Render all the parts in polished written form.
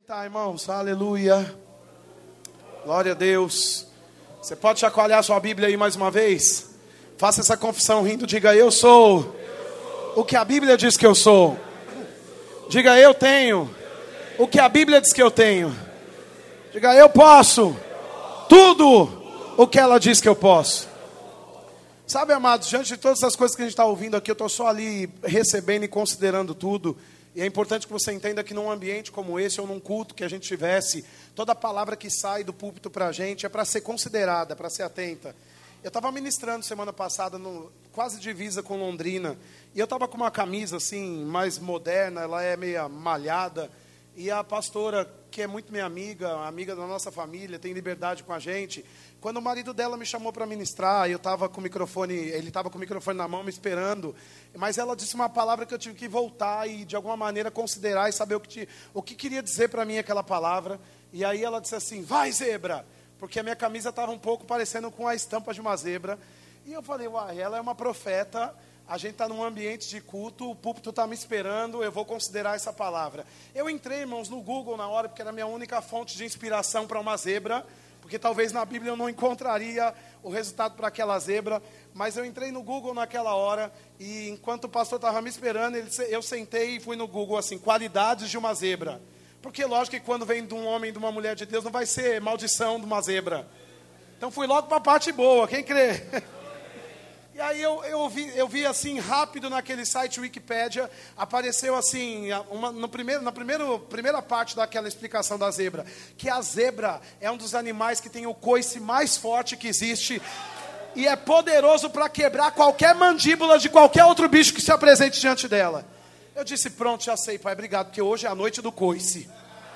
Tá, irmãos, aleluia, glória a Deus. Você pode chacoalhar sua Bíblia aí mais uma vez? Faça essa confissão rindo, diga: eu sou o que a Bíblia diz que eu sou. Diga: eu tenho o que a Bíblia diz que eu tenho. Diga: eu posso tudo o que ela diz que eu posso. Sabe, amados, diante de todas essas coisas que a gente está ouvindo aqui, eu estou só ali recebendo e considerando tudo. E é importante que você entenda que num ambiente como esse, ou num culto que a gente tivesse, toda palavra que sai do púlpito para a gente é para ser considerada, para ser atenta. Eu estava ministrando semana passada, quase divisa com Londrina, e eu estava com uma camisa assim, mais moderna, ela é meio malhada, e a pastora, que é muito minha amiga da nossa família, tem liberdade com a gente. Quando o marido dela me chamou para ministrar, eu estava com o microfone, ele estava com o microfone na mão me esperando, mas ela disse uma palavra que eu tive que voltar e de alguma maneira considerar e saber o que queria dizer para mim aquela palavra. E aí ela disse assim: vai, zebra, porque a minha camisa estava um pouco parecendo com a estampa de uma zebra. E eu falei: uai, ela é uma profeta. A gente está num ambiente de culto, o púlpito está me esperando, eu vou considerar essa palavra. Eu entrei, irmãos, no Google na hora, porque era a minha única fonte de inspiração para uma zebra, porque talvez na Bíblia eu não encontraria o resultado para aquela zebra, mas eu entrei no Google naquela hora, e enquanto o pastor estava me esperando, eu sentei e fui no Google assim: qualidades de uma zebra. Porque lógico que quando vem de um homem e de uma mulher de Deus, não vai ser maldição de uma zebra. Então fui logo para a parte boa, quem crê? E aí eu vi assim, rápido naquele site Wikipédia, apareceu assim, na primeira parte daquela explicação da zebra, que a zebra é um dos animais que tem o coice mais forte que existe, e é poderoso para quebrar qualquer mandíbula de qualquer outro bicho que se apresente diante dela. Eu disse: pronto, já sei, pai, obrigado, porque hoje é a noite do coice.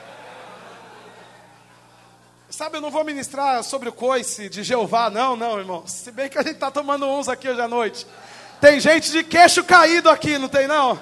Sabe, eu não vou ministrar sobre o coice de Jeová, não, irmão. Se bem que a gente está tomando uns aqui hoje à noite. Tem gente de queixo caído aqui, não tem não?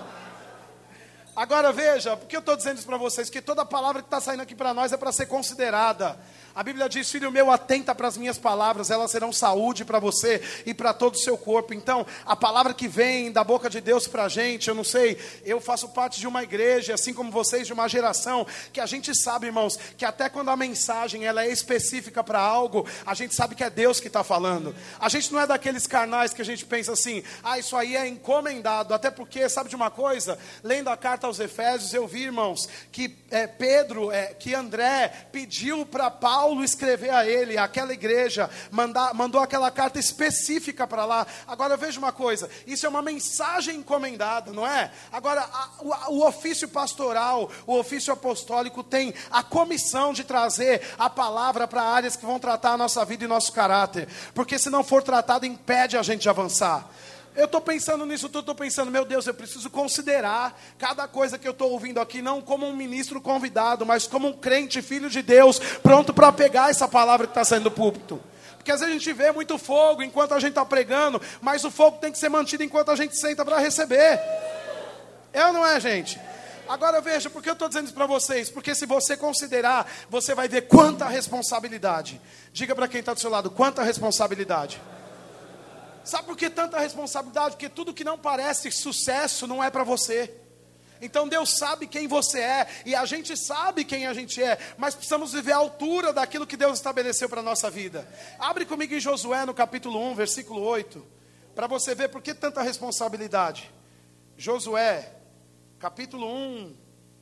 Agora veja, por que eu estou dizendo isso para vocês? Que toda palavra que está saindo aqui para nós é para ser considerada. A Bíblia diz: filho meu, atenta para as minhas palavras, elas serão saúde para você e para todo o seu corpo. Então, a palavra que vem da boca de Deus para a gente, eu não sei, eu faço parte de uma igreja, assim como vocês, de uma geração, que a gente sabe, irmãos, que até quando a mensagem ela é específica para algo, a gente sabe que é Deus que está falando. A gente não é daqueles carnais que a gente pensa assim: isso aí é encomendado. Até porque, sabe de uma coisa? Lendo a carta aos Efésios, eu vi, irmãos, que que André pediu para Paulo escrever a ele, aquela igreja, mandou aquela carta específica para lá. Agora veja uma coisa, isso é uma mensagem encomendada, não é? Agora o ofício pastoral, o ofício apostólico tem a comissão de trazer a palavra para áreas que vão tratar a nossa vida e nosso caráter, porque se não for tratado, impede a gente de avançar. Eu estou pensando nisso tudo, estou pensando: meu Deus, eu preciso considerar cada coisa que eu estou ouvindo aqui, não como um ministro convidado, mas como um crente, filho de Deus, pronto para pegar essa palavra que está saindo do púlpito. Porque às vezes a gente vê muito fogo enquanto a gente está pregando, mas o fogo tem que ser mantido enquanto a gente senta para receber. É ou não é, gente? Agora veja, por que eu estou dizendo isso para vocês? Porque se você considerar, você vai ver quanta responsabilidade. Diga para quem está do seu lado: quanta responsabilidade. Sabe por que tanta responsabilidade? Porque tudo que não parece sucesso não é para você. Então Deus sabe quem você é, e a gente sabe quem a gente é, mas precisamos viver à altura daquilo que Deus estabeleceu para a nossa vida. Abre comigo em Josué no capítulo 1, versículo 8, para você ver por que tanta responsabilidade. Josué, capítulo 1,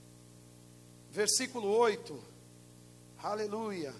versículo 8, aleluia.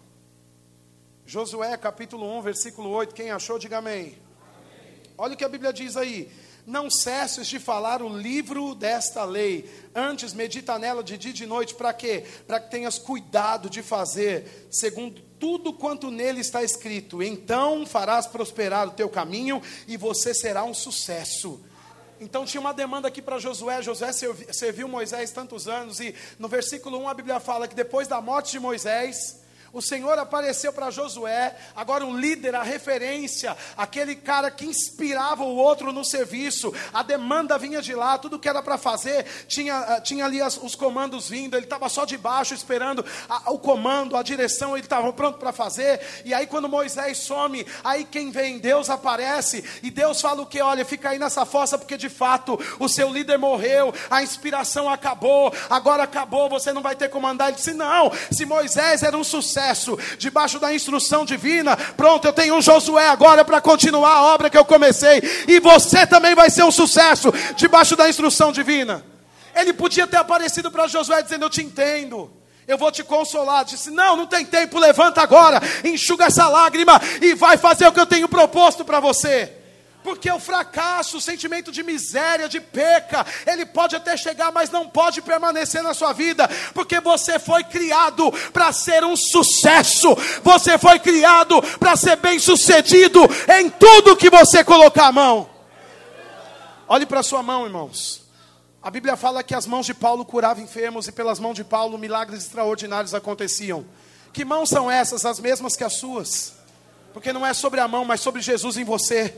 Josué, capítulo 1, versículo 8, quem achou, diga amém. Olha o que a Bíblia diz aí: não cesses de falar o livro desta lei, antes medita nela de dia e de noite. Para quê? Para que tenhas cuidado de fazer segundo tudo quanto nele está escrito. Então farás prosperar o teu caminho e você será um sucesso. Então tinha uma demanda aqui para Josué. Josué serviu Moisés tantos anos, e no versículo 1 a Bíblia fala que depois da morte de Moisés, O Senhor apareceu para Josué, agora um líder, a referência, aquele cara que inspirava o outro no serviço. A demanda vinha de lá, tudo que era para fazer, tinha ali os comandos vindo, ele estava só debaixo esperando o comando, a direção, ele estava pronto para fazer. E aí quando Moisés some, aí quem vem? Deus aparece, e Deus fala o que? Olha, fica aí nessa fossa, porque de fato o seu líder morreu, a inspiração acabou, agora acabou, você não vai ter como andar. Ele disse, não, se Moisés era um sucesso, debaixo da instrução divina, pronto, eu tenho um Josué agora para continuar a obra que eu comecei, e você também vai ser um sucesso, debaixo da instrução divina. Ele podia ter aparecido para Josué dizendo, eu te entendo, eu vou te consolar. Disse, não tem tempo, levanta agora, enxuga essa lágrima e vai fazer o que eu tenho proposto para você. Porque o fracasso, o sentimento de miséria, de peca, ele pode até chegar, mas não pode permanecer na sua vida, porque você foi criado para ser um sucesso, você foi criado para ser bem sucedido em tudo que você colocar a mão. Olhe para a sua mão, irmãos. A Bíblia fala que as mãos de Paulo curavam enfermos, e pelas mãos de Paulo milagres extraordinários aconteciam. Que mãos são essas? As mesmas que as suas, porque não é sobre a mão, mas sobre Jesus em você.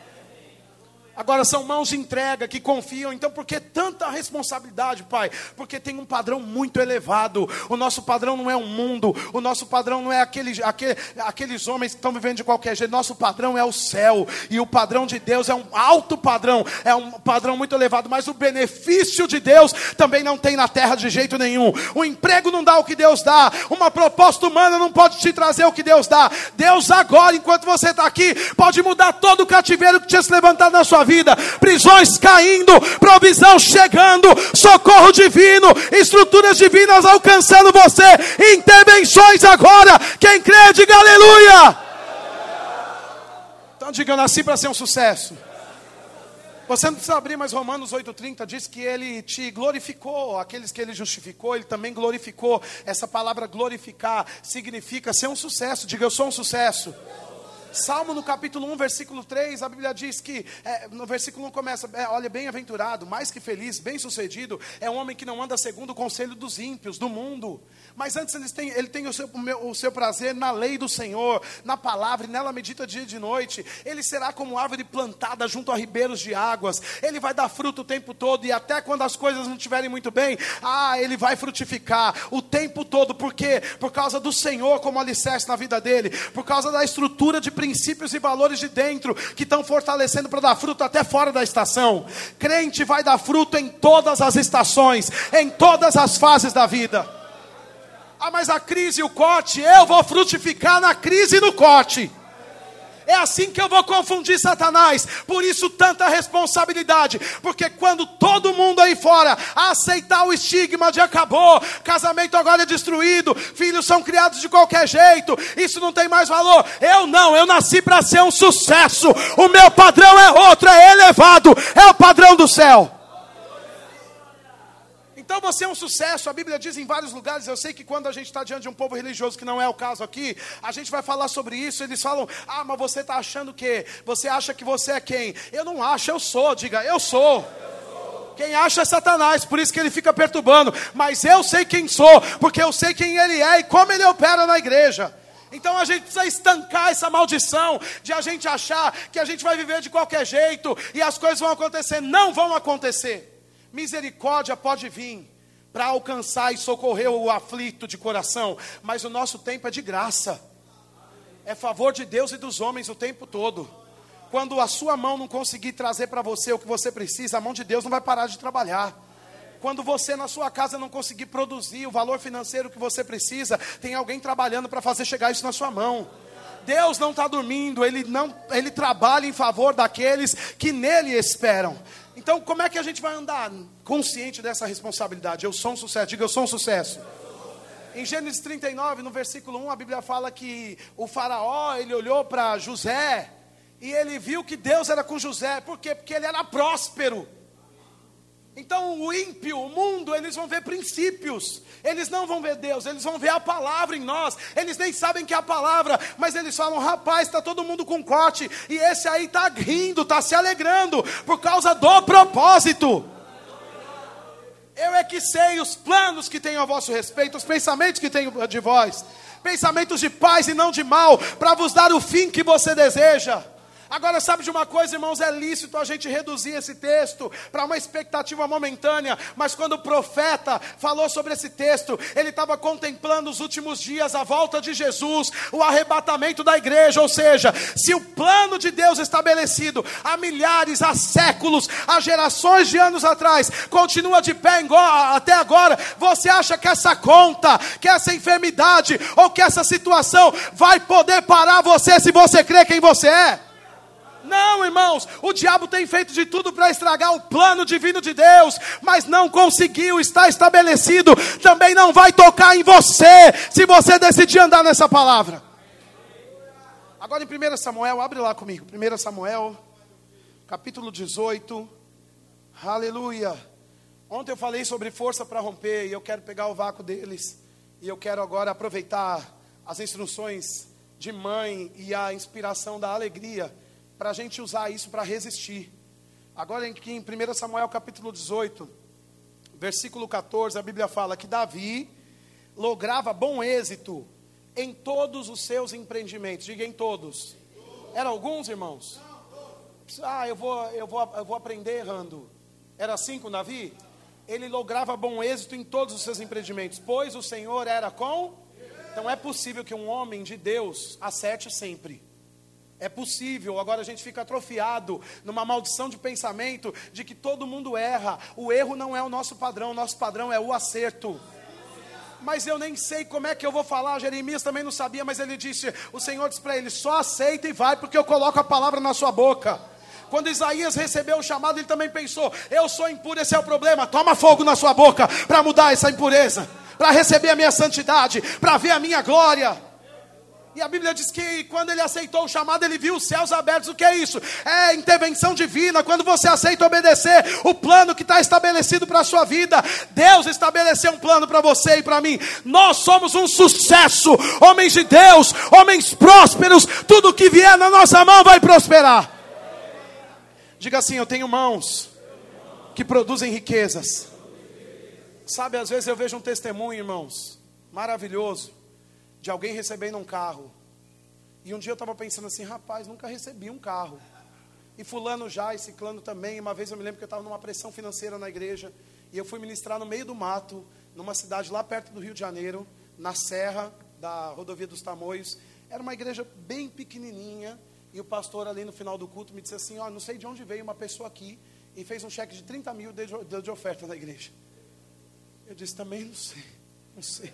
Agora são mãos de entrega, que confiam. Então por que tanta responsabilidade, Pai? Porque tem um padrão muito elevado. O nosso padrão não é um mundo, o nosso padrão não é aqueles homens que estão vivendo de qualquer jeito. Nosso padrão é o céu, e o padrão de Deus é um alto padrão, é um padrão muito elevado. Mas o benefício de Deus também não tem na terra de jeito nenhum. O emprego não dá o que Deus dá, uma proposta humana não pode te trazer o que Deus dá. Deus agora, enquanto você está aqui, pode mudar todo o cativeiro que tinha se levantado na sua vida, prisões caindo, provisão chegando, socorro divino, estruturas divinas alcançando você, intervenções agora. Quem crê, diga aleluia. Então diga, eu nasci para ser um sucesso. Você não precisa abrir, mas Romanos 8,30 diz que ele te glorificou. Aqueles que ele justificou, ele também glorificou. Essa palavra glorificar significa ser um sucesso. Diga, eu sou um sucesso. Salmo no capítulo 1, versículo 3, a Bíblia diz que, no versículo 1 começa, olha, bem-aventurado, mais que feliz, bem-sucedido, é um homem que não anda segundo o conselho dos ímpios, do mundo. Mas antes ele tem o seu prazer na lei do Senhor, na palavra, e nela medita dia e de noite. Ele será como árvore plantada junto a ribeiros de águas. Ele vai dar fruto o tempo todo, e até quando as coisas não estiverem muito bem, ele vai frutificar o tempo todo. Por quê? Por causa do Senhor como alicerce na vida dele, por causa da estrutura de princípios e valores de dentro, que estão fortalecendo para dar fruto até fora da estação. Crente vai dar fruto em todas as estações, em todas as fases da vida. Mas a crise e o corte, eu vou frutificar na crise e no corte. É assim que eu vou confundir Satanás. Por isso tanta responsabilidade, porque quando todo mundo aí fora aceitar o estigma de acabou, casamento agora é destruído, filhos são criados de qualquer jeito, isso não tem mais valor. Eu nasci para ser um sucesso. O meu padrão é outro, é elevado, é o padrão do céu. Então você é um sucesso. A Bíblia diz em vários lugares, eu sei que quando a gente está diante de um povo religioso, que não é o caso aqui, a gente vai falar sobre isso. Eles falam, mas você está achando o quê? Você acha que você é quem? Eu não acho, eu sou. Diga, eu sou. Quem acha é Satanás, por isso que ele fica perturbando. Mas eu sei quem sou, porque eu sei quem ele é e como ele opera na igreja. Então a gente precisa estancar essa maldição de a gente achar que a gente vai viver de qualquer jeito e as coisas vão acontecer. Não vão acontecer. Misericórdia pode vir para alcançar e socorrer o aflito de coração, mas o nosso tempo é de graça. É favor de Deus e dos homens o tempo todo. Quando a sua mão não conseguir trazer para você o que você precisa, a mão de Deus não vai parar de trabalhar. Quando você na sua casa não conseguir produzir o valor financeiro que você precisa, tem alguém trabalhando para fazer chegar isso na sua mão. Deus não está dormindo, Ele trabalha em favor daqueles que nele esperam. Então como é que a gente vai andar consciente dessa responsabilidade? Eu sou um sucesso, diga, eu sou um sucesso. Em Gênesis 39, no versículo 1, a Bíblia fala que o faraó, ele olhou para José e ele viu que Deus era com José. Por quê? Porque ele era próspero. Então o ímpio, o mundo, eles vão ver princípios, eles não vão ver Deus, eles vão ver a palavra em nós. Eles nem sabem que é a palavra, mas eles falam, rapaz, está todo mundo com corte, e esse aí está rindo, está se alegrando, por causa do propósito. Eu é que sei os planos que tenho a vosso respeito, os pensamentos que tenho de vós, pensamentos de paz e não de mal, para vos dar o fim que você deseja. Agora, sabe de uma coisa, irmãos? É lícito a gente reduzir esse texto para uma expectativa momentânea, mas quando o profeta falou sobre esse texto, ele estava contemplando os últimos dias, a volta de Jesus, o arrebatamento da igreja. Ou seja, se o plano de Deus estabelecido há milhares, há séculos, há gerações de anos atrás, continua de pé até agora, você acha que essa conta, que essa enfermidade, ou que essa situação vai poder parar você se você crê quem você é? Não, irmãos, o diabo tem feito de tudo para estragar o plano divino de Deus, mas não conseguiu, está estabelecido, também não vai tocar em você, se você decidir andar nessa palavra. Agora em 1 Samuel, abre lá comigo, 1 Samuel, capítulo 18, aleluia. Ontem eu falei sobre força para romper, e eu quero pegar o vácuo deles, e eu quero agora aproveitar as instruções de mãe e a inspiração da alegria, para a gente usar isso para resistir. Agora aqui em 1 Samuel capítulo 18, versículo 14, a Bíblia fala que Davi lograva bom êxito em todos os seus empreendimentos. Diga em todos. Eram alguns, irmãos? Eu vou aprender errando. Era assim com Davi? Ele lograva bom êxito em todos os seus empreendimentos, pois o Senhor era com... Então é possível que um homem de Deus acerte sempre. É possível. Agora a gente fica atrofiado numa maldição de pensamento de que todo mundo erra. O erro não é o nosso padrão é o acerto. Mas eu nem sei como é que eu vou falar. Jeremias também não sabia, mas ele disse, o Senhor disse para ele, só aceita e vai, porque eu coloco a palavra na sua boca. Quando Isaías recebeu o chamado, ele também pensou, eu sou impuro, esse é o problema, toma fogo na sua boca, para mudar essa impureza, para receber a minha santidade, para ver a minha glória. E a Bíblia diz que quando ele aceitou o chamado, ele viu os céus abertos. O que é isso? É intervenção divina. Quando você aceita obedecer o plano que está estabelecido para a sua vida, Deus estabeleceu um plano para você e para mim. Nós somos um sucesso, homens de Deus, homens prósperos. Tudo que vier na nossa mão vai prosperar. Diga assim, eu tenho mãos que produzem riquezas. Sabe, às vezes eu vejo um testemunho, irmãos, maravilhoso, de alguém recebendo um carro. E um dia eu estava pensando assim, rapaz, nunca recebi um carro. E fulano já, e ciclano também. Uma vez eu me lembro que eu estava numa pressão financeira na igreja, e eu fui ministrar no meio do mato, numa cidade lá perto do Rio de Janeiro, na serra da rodovia dos Tamoios. Era uma igreja bem pequenininha, e o pastor ali no final do culto me disse assim, não sei de onde veio uma pessoa aqui, e fez um cheque de 30 mil de oferta na igreja. Eu disse, também não sei.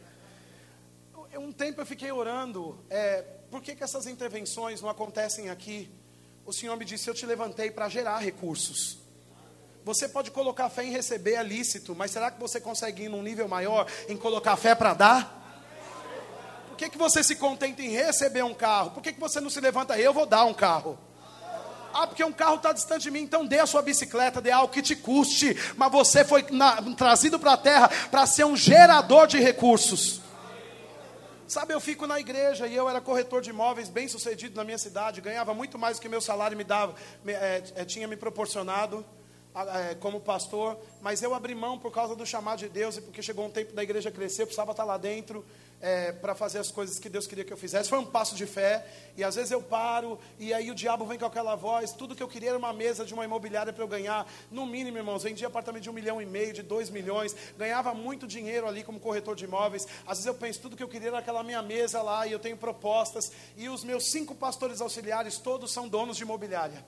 Um tempo eu fiquei orando, por que essas intervenções não acontecem aqui? O Senhor me disse, eu te levantei para gerar recursos. Você pode colocar fé em receber, é lícito, mas será que você consegue ir num nível maior em colocar fé para dar? Por que você se contenta em receber um carro? Por que você não se levanta, eu vou dar um carro? Porque um carro está distante de mim, então dê a sua bicicleta, dê algo que te custe, mas você foi trazido para a terra para ser um gerador de recursos. Sabe, eu fico na igreja e eu era corretor de imóveis bem sucedido na minha cidade, ganhava muito mais do que meu salário tinha me proporcionado como pastor, mas eu abri mão por causa do chamado de Deus e porque chegou um tempo da igreja crescer, eu precisava estar lá dentro para fazer as coisas que Deus queria que eu fizesse. Foi um passo de fé, e às vezes eu paro, e aí o diabo vem com aquela voz, tudo que eu queria era uma mesa de uma imobiliária para eu ganhar, no mínimo, irmãos, vendia apartamento de 1,5 milhão, de 2 milhões, ganhava muito dinheiro ali como corretor de imóveis. Às vezes eu penso, tudo que eu queria era aquela minha mesa lá, e eu tenho propostas, e os meus 5 pastores auxiliares, todos são donos de imobiliária.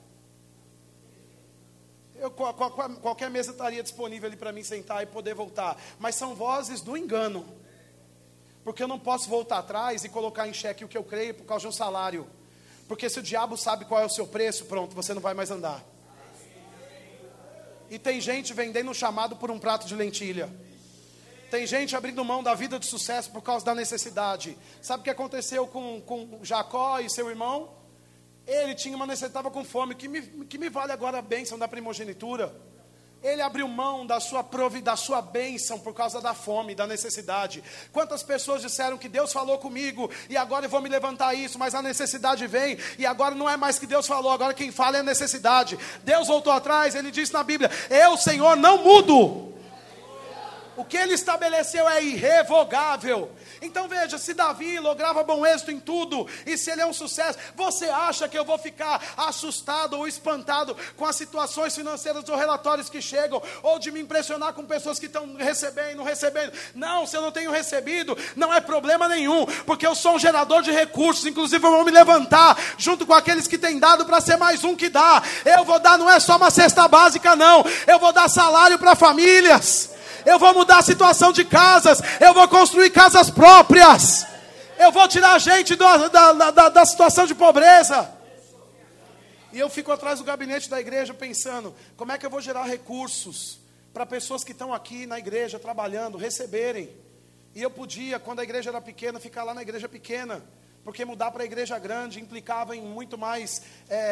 Qualquer mesa estaria disponível ali para mim sentar e poder voltar, mas são vozes do engano, porque eu não posso voltar atrás e colocar em xeque o que eu creio por causa de um salário, porque se o diabo sabe qual é o seu preço, pronto, você não vai mais andar. E tem gente vendendo um chamado por um prato de lentilha, tem gente abrindo mão da vida de sucesso por causa da necessidade. Sabe o que aconteceu com Jacó e seu irmão? Ele tinha uma necessidade, estava com fome. Que me vale agora a bênção da primogenitura? Ele abriu mão da sua bênção por causa da fome, da necessidade. Quantas pessoas disseram que Deus falou comigo e agora eu vou me levantar isso, mas a necessidade vem e agora não é mais que Deus falou, agora quem fala é a necessidade. Deus voltou atrás, ele disse na Bíblia, eu, Senhor, não mudo. O que ele estabeleceu é irrevogável. Então veja, se Davi lograva bom êxito em tudo, e se ele é um sucesso, você acha que eu vou ficar assustado ou espantado com as situações financeiras ou relatórios que chegam, ou de me impressionar com pessoas que estão recebendo, não recebendo? Não, se eu não tenho recebido, não é problema nenhum, porque eu sou um gerador de recursos. Inclusive eu vou me levantar junto com aqueles que têm dado para ser mais um que dá. Eu vou dar, não é só uma cesta básica não, eu vou dar salário para famílias. Eu vou mudar a situação de casas. Eu vou construir casas próprias. Eu vou tirar a gente da situação de pobreza. E eu fico atrás do gabinete da igreja pensando, como é que eu vou gerar recursos para pessoas que estão aqui na igreja trabalhando, receberem. E eu podia, quando a igreja era pequena, ficar lá na igreja pequena, porque mudar para a igreja grande implicava em muito mais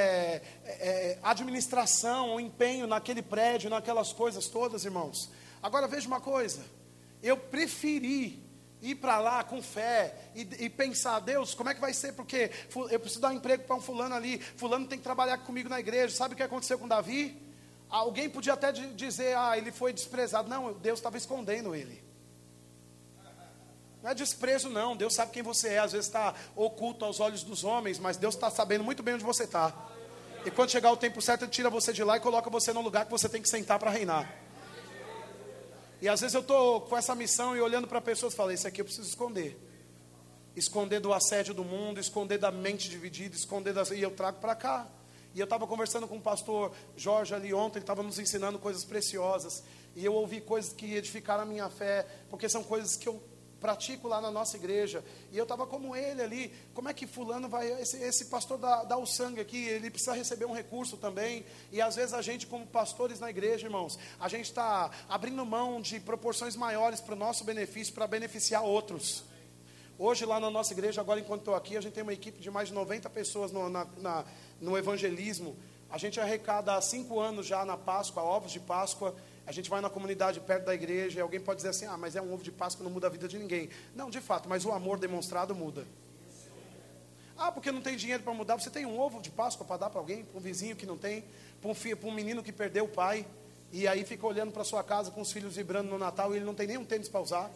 administração, empenho naquele prédio, naquelas coisas todas, irmãos. Agora veja uma coisa, eu preferi ir para lá com fé e pensar, Deus, como é que vai ser? Porque eu preciso dar um emprego para um fulano ali, fulano tem que trabalhar comigo na igreja. Sabe o que aconteceu com Davi? Alguém podia até dizer, ele foi desprezado. Não, Deus estava escondendo ele. Não é desprezo não, Deus sabe quem você é. Às vezes está oculto aos olhos dos homens, mas Deus está sabendo muito bem onde você está. E quando chegar o tempo certo, Ele tira você de lá e coloca você no lugar que você tem que sentar para reinar. E às vezes eu estou com essa missão e olhando para pessoas e falo, esse aqui eu preciso esconder. Esconder do assédio do mundo, esconder da mente dividida, e eu trago para cá. E eu estava conversando com o pastor Jorge ali ontem, ele estava nos ensinando coisas preciosas. E eu ouvi coisas que edificaram a minha fé, porque são coisas que eu pratico lá na nossa igreja. E eu estava como ele ali, como é que fulano vai, esse pastor dá o sangue aqui, ele precisa receber um recurso também. E às vezes a gente, como pastores na igreja, irmãos, a gente está abrindo mão de proporções maiores para o nosso benefício, para beneficiar outros. Hoje lá na nossa igreja, agora enquanto estou aqui, a gente tem uma equipe de mais de 90 pessoas no evangelismo. A gente arrecada há 5 anos já na Páscoa, ovos de Páscoa. A gente vai na comunidade perto da igreja e alguém pode dizer assim, mas é um ovo de Páscoa, não muda a vida de ninguém. Não, de fato, mas o amor demonstrado muda. Porque não tem dinheiro para mudar. Você tem um ovo de Páscoa para dar para alguém? Para um vizinho que não tem? Para um menino que perdeu o pai? E aí fica olhando para sua casa com os filhos vibrando no Natal e ele não tem nenhum tênis para usar?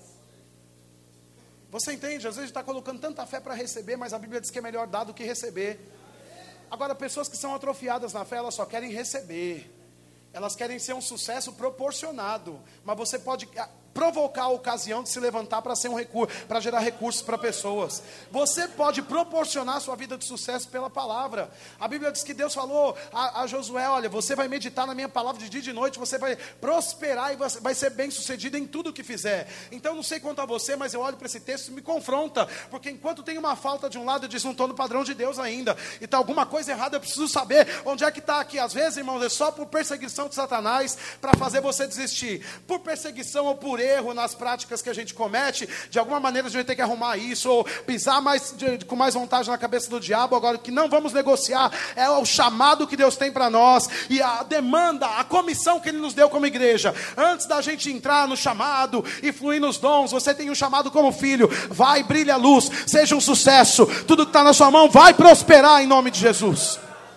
Você entende? Às vezes está colocando tanta fé para receber, mas a Bíblia diz que é melhor dar do que receber. Agora, pessoas que são atrofiadas na fé, elas só querem receber. Elas querem ser um sucesso proporcionado. Mas você pode provocar a ocasião de se levantar para ser um recurso, para gerar recursos para pessoas. Você pode proporcionar a sua vida de sucesso pela palavra. A Bíblia diz que Deus falou a Josué, olha, você vai meditar na minha palavra de dia e de noite, você vai prosperar e vai ser bem sucedido em tudo que fizer. Então não sei quanto a você, mas eu olho para esse texto e me confronta, porque enquanto tem uma falta de um lado, eu digo, não estou no padrão de Deus ainda, e está alguma coisa errada, eu preciso saber onde é que está aqui. Às vezes, irmãos, é só por perseguição de Satanás, para fazer você desistir, por perseguição ou por erro nas práticas que a gente comete. De alguma maneira a gente vai ter que arrumar isso, ou pisar com mais vontade na cabeça do diabo. Agora, que não vamos negociar é o chamado que Deus tem para nós, e a demanda, a comissão que Ele nos deu como igreja. Antes da gente entrar no chamado e fluir nos dons, você tem um chamado como filho. Vai, brilha a luz, seja um sucesso, tudo que está na sua mão vai prosperar em nome de Jesus.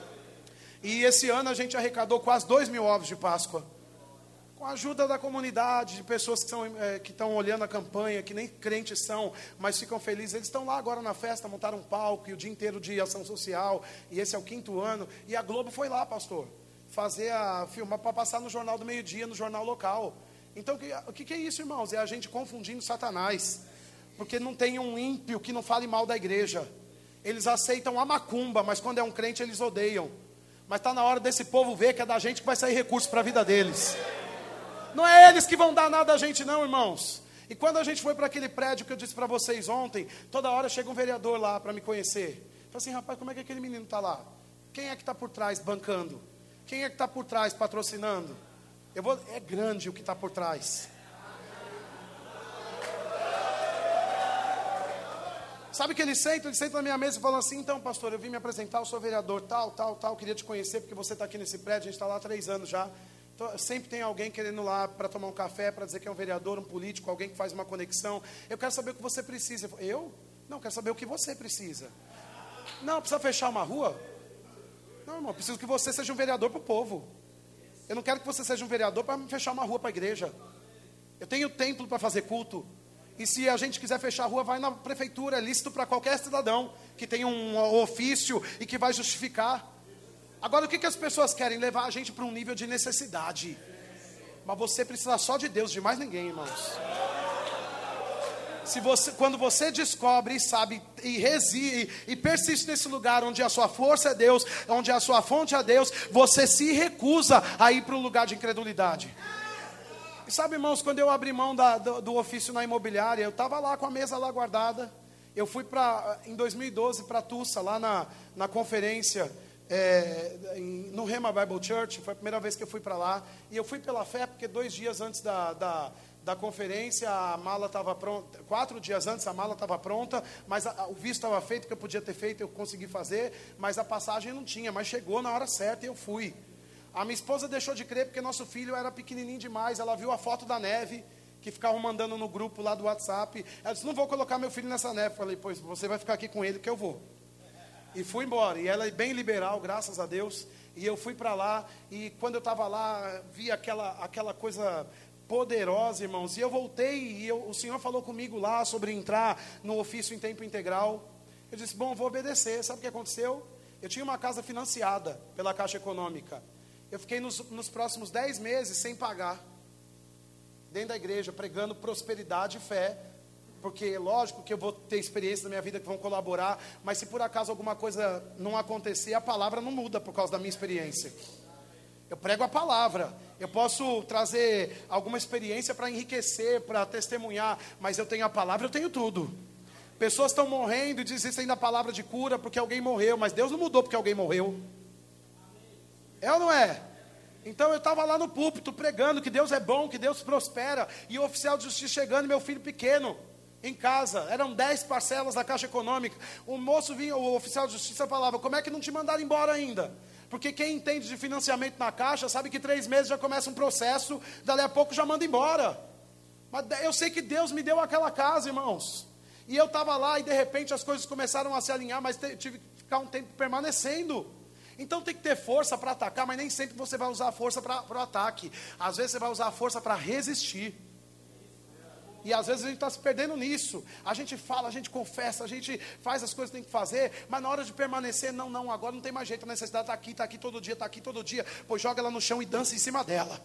E esse ano a gente arrecadou quase 2.000 ovos de Páscoa, com a ajuda da comunidade, de pessoas que estão olhando a campanha, que nem crentes são, mas ficam felizes. Eles estão lá agora na festa, montaram um palco, e o dia inteiro de ação social, e esse é o 5º ano, e a Globo foi lá, pastor, filmar para passar no Jornal do Meio-Dia, no jornal local. Então, o que é isso, irmãos? É a gente confundindo Satanás, porque não tem um ímpio que não fale mal da igreja. Eles aceitam a macumba, mas quando é um crente eles odeiam. Mas está na hora desse povo ver que é da gente que vai sair recurso para a vida deles. Não é eles que vão dar nada a gente não, irmãos. E quando a gente foi para aquele prédio que eu disse para vocês ontem, toda hora chega um vereador lá para me conhecer. Fala assim, rapaz, como é que aquele menino está lá? Quem é que está por trás bancando? Quem é que está por trás patrocinando? É grande o que está por trás. Sabe que ele senta na minha mesa e fala assim, então pastor, eu vim me apresentar, eu sou vereador tal, queria te conhecer porque você está aqui nesse prédio, a gente está lá há 3 anos já. Então, sempre tem alguém querendo ir lá para tomar um café, para dizer que é um vereador, um político, alguém que faz uma conexão. Eu quero saber o que você precisa. Eu? Não, quero saber o que você precisa. Não, precisa fechar uma rua? Não, irmão, preciso que você seja um vereador para o povo. Eu não quero que você seja um vereador para fechar uma rua para a igreja. Eu tenho templo para fazer culto. E se a gente quiser fechar a rua, vai na prefeitura. É lícito para qualquer cidadão que tem um ofício e que vai justificar. Agora, o que as pessoas querem? Levar a gente para um nível de necessidade. Mas você precisa só de Deus, de mais ninguém, irmãos. Quando você descobre e sabe e reside e persiste nesse lugar onde a sua força é Deus, onde a sua fonte é Deus, você se recusa a ir para um lugar de incredulidade. E sabe, irmãos, quando eu abri mão do ofício na imobiliária, eu estava lá com a mesa lá guardada. Eu fui em 2012 para Tulsa, lá na conferência no Rhema Bible Church. Foi a primeira vez que eu fui para lá. E eu fui pela fé, porque 2 dias antes da conferência, a mala estava pronta. 4 dias antes, a mala estava pronta, mas o visto estava feito, que eu podia ter feito, eu consegui fazer, mas a passagem não tinha, mas chegou na hora certa e eu fui. A minha esposa deixou de crer porque nosso filho era pequenininho demais. Ela viu a foto da neve que ficavam mandando no grupo lá do WhatsApp. Ela disse, não vou colocar meu filho nessa neve. Falei, pois você vai ficar aqui com ele que eu vou. E fui embora. E ela é bem liberal, graças a Deus. E eu fui para lá. E quando eu estava lá, vi aquela coisa poderosa, irmãos. E eu voltei e o Senhor falou comigo lá sobre entrar no ofício em tempo integral. Eu disse, bom, vou obedecer. Sabe o que aconteceu? Eu tinha uma casa financiada pela Caixa Econômica. Eu fiquei nos próximos 10 meses sem pagar, dentro da igreja, pregando prosperidade e fé, porque lógico que eu vou ter experiência na minha vida que vão colaborar, mas se por acaso alguma coisa não acontecer, a palavra não muda por causa da minha experiência. Eu prego a palavra, eu posso trazer alguma experiência para enriquecer, para testemunhar, mas eu tenho a palavra, eu tenho tudo. Pessoas estão morrendo e desistem da palavra de cura porque alguém morreu, mas Deus não mudou porque alguém morreu. É ou não é? Então eu estava lá no púlpito pregando que Deus é bom, que Deus prospera. E o oficial de justiça chegando, meu filho pequeno, em casa. Eram 10 parcelas da Caixa Econômica. O moço vinha, o oficial de justiça falava, como é que não te mandaram embora ainda? Porque quem entende de financiamento na Caixa sabe que 3 meses já começa um processo, dali a pouco já manda embora. Mas eu sei que Deus me deu aquela casa, irmãos. E eu estava lá e de repente as coisas começaram a se alinhar, mas tive que ficar um tempo permanecendo. Então tem que ter força para atacar, mas nem sempre você vai usar a força para o ataque. Às vezes você vai usar a força para resistir. E às vezes a gente está se perdendo nisso. A gente fala, a gente confessa, a gente faz as coisas que tem que fazer, mas na hora de permanecer, não, agora não tem mais jeito. A necessidade está aqui todo dia, está aqui todo dia. Pois joga ela no chão e dança em cima dela.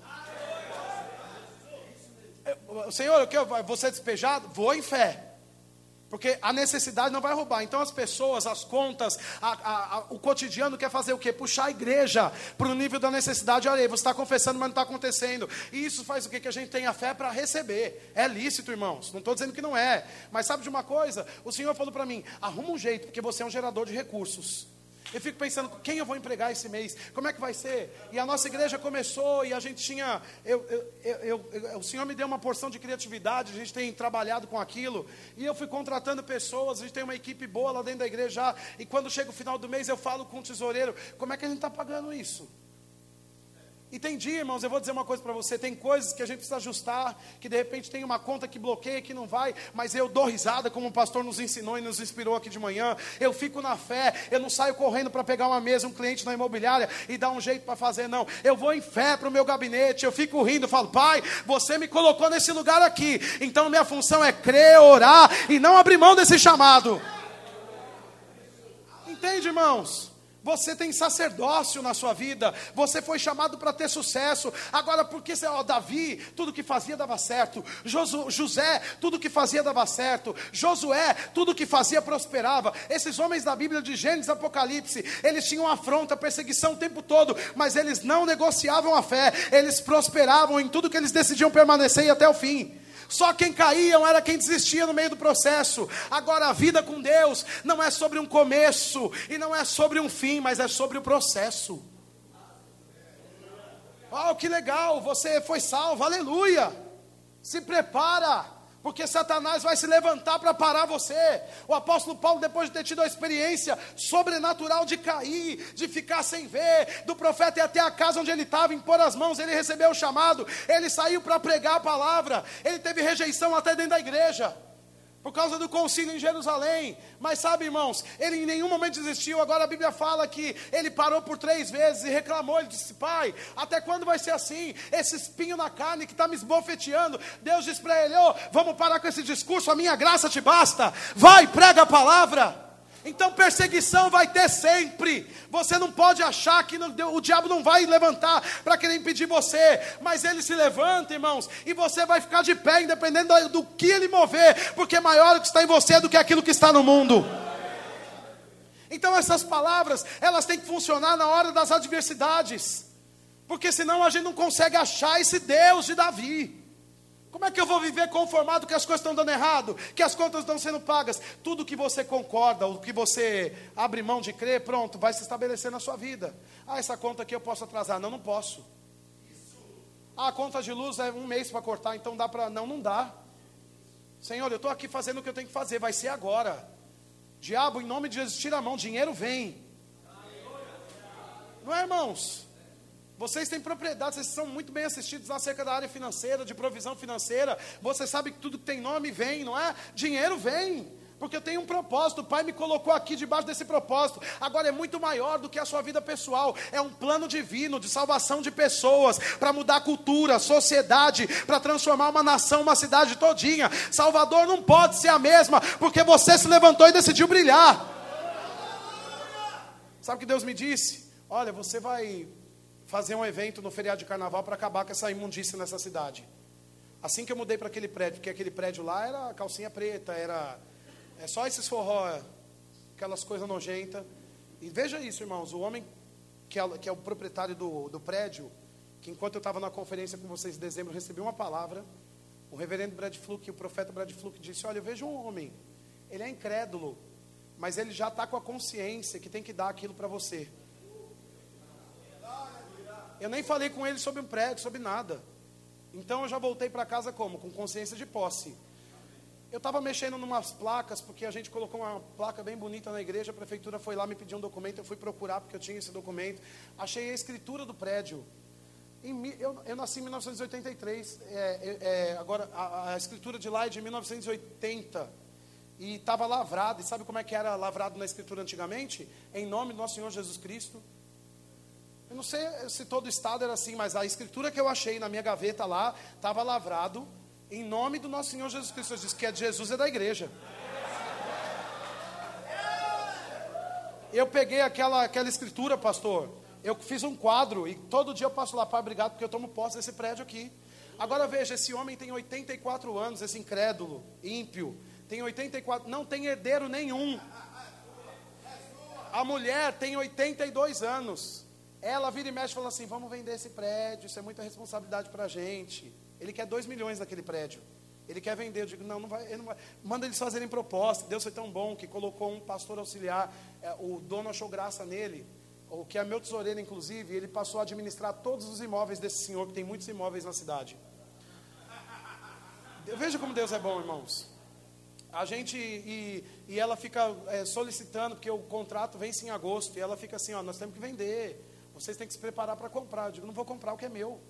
Senhor, eu vou ser despejado? Vou em fé. Porque a necessidade não vai roubar. Então as pessoas, as contas, o cotidiano quer fazer o quê? Puxar a igreja para o nível da necessidade. Olha aí, você está confessando, mas não está acontecendo. E isso faz o quê? Que a gente tenha fé para receber. É lícito, irmãos. Não estou dizendo que não é. Mas sabe de uma coisa? O Senhor falou para mim, arruma um jeito, porque você é um gerador de recursos. Eu fico pensando, quem eu vou empregar esse mês? Como é que vai ser? E a nossa igreja começou e a gente tinha... o Senhor me deu uma porção de criatividade, a gente tem trabalhado com aquilo. E eu fui contratando pessoas, a gente tem uma equipe boa lá dentro da igreja já. E quando chega o final do mês eu falo com o tesoureiro, como é que a gente está pagando isso? E tem dia, irmãos, eu vou dizer uma coisa para você, tem coisas que a gente precisa ajustar, que de repente tem uma conta que bloqueia, que não vai, mas eu dou risada, como o pastor nos ensinou e nos inspirou aqui de manhã. Eu fico na fé, eu não saio correndo para pegar uma mesa, um cliente na imobiliária e dar um jeito para fazer, não. Eu vou em fé para o meu gabinete, eu fico rindo, falo, Pai, você me colocou nesse lugar aqui, então minha função é crer, orar e não abrir mão desse chamado. Entende, irmãos? Você tem sacerdócio na sua vida. Você foi chamado para ter sucesso. Agora, porque Davi, tudo que fazia dava certo. José, tudo que fazia dava certo. Josué, tudo que fazia prosperava. Esses homens da Bíblia de Gênesis, Apocalipse, eles tinham afronta, perseguição o tempo todo, mas eles não negociavam a fé. Eles prosperavam em tudo que eles decidiam permanecer e até o fim. Só quem caíam era quem desistia no meio do processo. Agora a vida com Deus não é sobre um começo e não é sobre um fim, mas é sobre o processo. Oh, que legal, você foi salvo, aleluia. Se prepara, porque Satanás vai se levantar para parar você. O apóstolo Paulo, depois de ter tido a experiência sobrenatural de cair, de ficar sem ver, do profeta ir até a casa onde ele estava, impor as mãos, ele recebeu o chamado, ele saiu para pregar a palavra, ele teve rejeição até dentro da igreja. Por causa do concílio em Jerusalém. Mas sabe, irmãos, ele em nenhum momento desistiu. Agora a Bíblia fala que ele parou por 3 vezes e reclamou. Ele disse: Pai, até quando vai ser assim? Esse espinho na carne que está me esbofeteando. Deus disse para ele: vamos parar com esse discurso, a minha graça te basta. Vai, prega a palavra. Então perseguição vai ter sempre. Você não pode achar que o diabo não vai levantar para querer impedir você. Mas ele se levanta, irmãos, e você vai ficar de pé, independente do que ele mover. Porque maior o que está em você do que aquilo que está no mundo. Então essas palavras, elas têm que funcionar na hora das adversidades. Porque senão a gente não consegue achar esse Deus de Davi. Como é que eu vou viver conformado que as coisas estão dando errado? Que as contas estão sendo pagas? Tudo que você concorda, o que você abre mão de crer, pronto, vai se estabelecer na sua vida. Essa conta aqui eu posso atrasar. Não posso. A conta de luz é 1 mês para cortar, então dá para... Não dá. Senhor, eu estou aqui fazendo o que eu tenho que fazer, vai ser agora. Diabo, em nome de Jesus, tira a mão, dinheiro vem. Não é, irmãos? Vocês têm propriedade, vocês são muito bem assistidos acerca da área financeira, de provisão financeira. Você sabe que tudo que tem nome vem, não é? Dinheiro vem, porque eu tenho um propósito. O Pai me colocou aqui debaixo desse propósito. Agora é muito maior do que a sua vida pessoal. É um plano divino de salvação de pessoas, para mudar a cultura, a sociedade, para transformar uma nação, uma cidade todinha. Salvador não pode ser a mesma, porque você se levantou e decidiu brilhar. Sabe o que Deus me disse? Olha, você vai fazer um evento no feriado de carnaval para acabar com essa imundícia nessa cidade. Assim que eu mudei para aquele prédio, porque aquele prédio lá era calcinha preta, era só esses forró, aquelas coisas nojentas. E veja isso, irmãos, o homem que é o proprietário do prédio, que enquanto eu estava na conferência com vocês em dezembro, recebi uma palavra, o reverendo Brad Fluke, o profeta Brad Fluke disse: olha, eu vejo um homem, ele é incrédulo, mas ele já está com a consciência que tem que dar aquilo para você. Eu nem falei com ele sobre um prédio, sobre nada. Então eu já voltei para casa como? Com consciência de posse. Eu estava mexendo em umas placas, porque a gente colocou uma placa bem bonita na igreja. A prefeitura foi lá, me pediu um documento. Eu fui procurar, porque eu tinha esse documento. Achei a escritura do prédio. Eu nasci em 1983. Agora, a escritura de lá é de 1980. E estava lavrado. E sabe como é que era lavrado na escritura antigamente? Em nome do nosso Senhor Jesus Cristo. Eu não sei se todo estado era assim, mas a escritura que eu achei na minha gaveta lá, estava lavrado em nome do nosso Senhor Jesus Cristo. Diz que Jesus é da igreja. Eu peguei aquela escritura, pastor. Eu fiz um quadro e todo dia eu passo lá: Pai, obrigado, porque eu tomo posse desse prédio aqui. Agora veja, esse homem tem 84 anos, esse incrédulo, ímpio, tem 84, não tem herdeiro nenhum. A mulher tem 82 anos. Ela vira e mexe e fala assim: vamos vender esse prédio, isso é muita responsabilidade para a gente. Ele quer 2 milhões naquele prédio. Ele quer vender. Eu digo: não vai, ele não vai. Manda eles fazerem proposta. Deus foi tão bom que colocou um pastor auxiliar. O dono achou graça nele, o que é meu tesoureiro inclusive. Ele passou a administrar todos os imóveis desse senhor, que tem muitos imóveis na cidade. Veja como Deus é bom, irmãos. A gente, e ela fica solicitando, porque o contrato vence em agosto. E ela fica assim: nós temos que vender. Vocês têm que se preparar para comprar. Eu digo: não vou comprar o que é meu.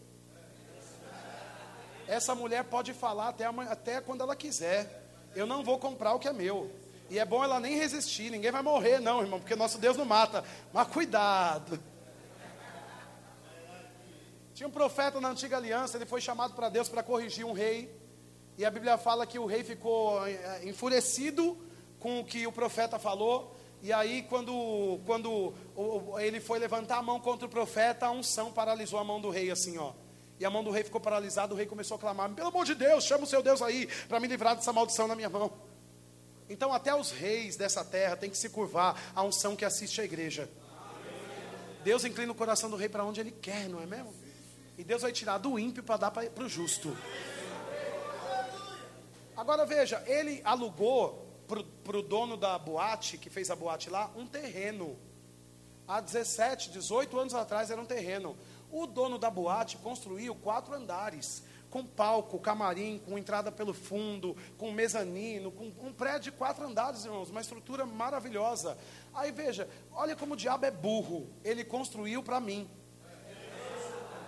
Essa mulher pode falar até quando ela quiser. Eu não vou comprar o que é meu. E é bom ela nem resistir. Ninguém vai morrer não, irmão, porque nosso Deus não mata. Mas cuidado. Tinha um profeta na antiga aliança. Ele foi chamado para Deus para corrigir um rei. E a Bíblia fala que o rei ficou enfurecido com o que o profeta falou. E aí quando ele foi levantar a mão contra o profeta, a unção paralisou a mão do rei assim, ó. E a mão do rei ficou paralisada. O rei começou a clamar: pelo amor de Deus, chama o seu Deus aí para me livrar dessa maldição na minha mão. Então até os reis dessa terra têm que se curvar à unção que assiste a igreja. Deus inclina o coração do rei para onde ele quer, não é mesmo? E Deus vai tirar do ímpio para dar para o justo. Agora veja, ele alugou para o dono da boate, que fez a boate lá, um terreno. Há 17, 18 anos atrás era um terreno. O dono da boate construiu 4 andares, com palco, camarim, com entrada pelo fundo, com mezanino, com um prédio de 4 andares, irmãos, uma estrutura maravilhosa. Aí veja, olha como o diabo é burro, ele construiu para mim.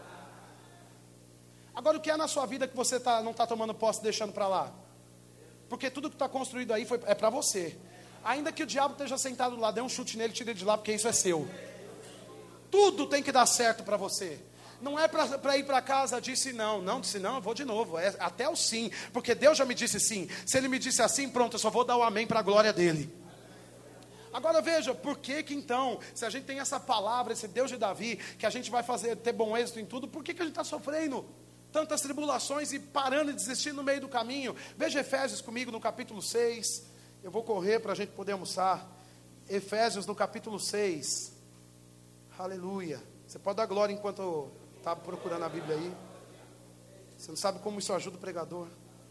Agora o que é na sua vida que você não está tomando posse e deixando para lá? Porque tudo que está construído aí é para você. Ainda que o diabo esteja sentado lá, dê um chute nele, tira ele de lá, porque isso é seu. Tudo tem que dar certo para você. Não é para ir para casa, disse não. Não, disse não, eu vou de novo. É até o sim, porque Deus já me disse sim. Se Ele me disse assim, pronto, eu só vou dar o amém para a glória dEle. Agora veja, por que então, se a gente tem essa palavra, esse Deus de Davi, que a gente vai ter bom êxito em tudo, por que a gente está sofrendo tantas tribulações e parando e desistindo no meio do caminho? Veja Efésios comigo no capítulo 6, eu vou correr para a gente poder almoçar. Efésios no capítulo 6, aleluia. Você pode dar glória enquanto está procurando a Bíblia aí. Você não sabe como isso ajuda o pregador.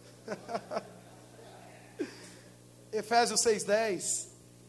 Efésios 6:10.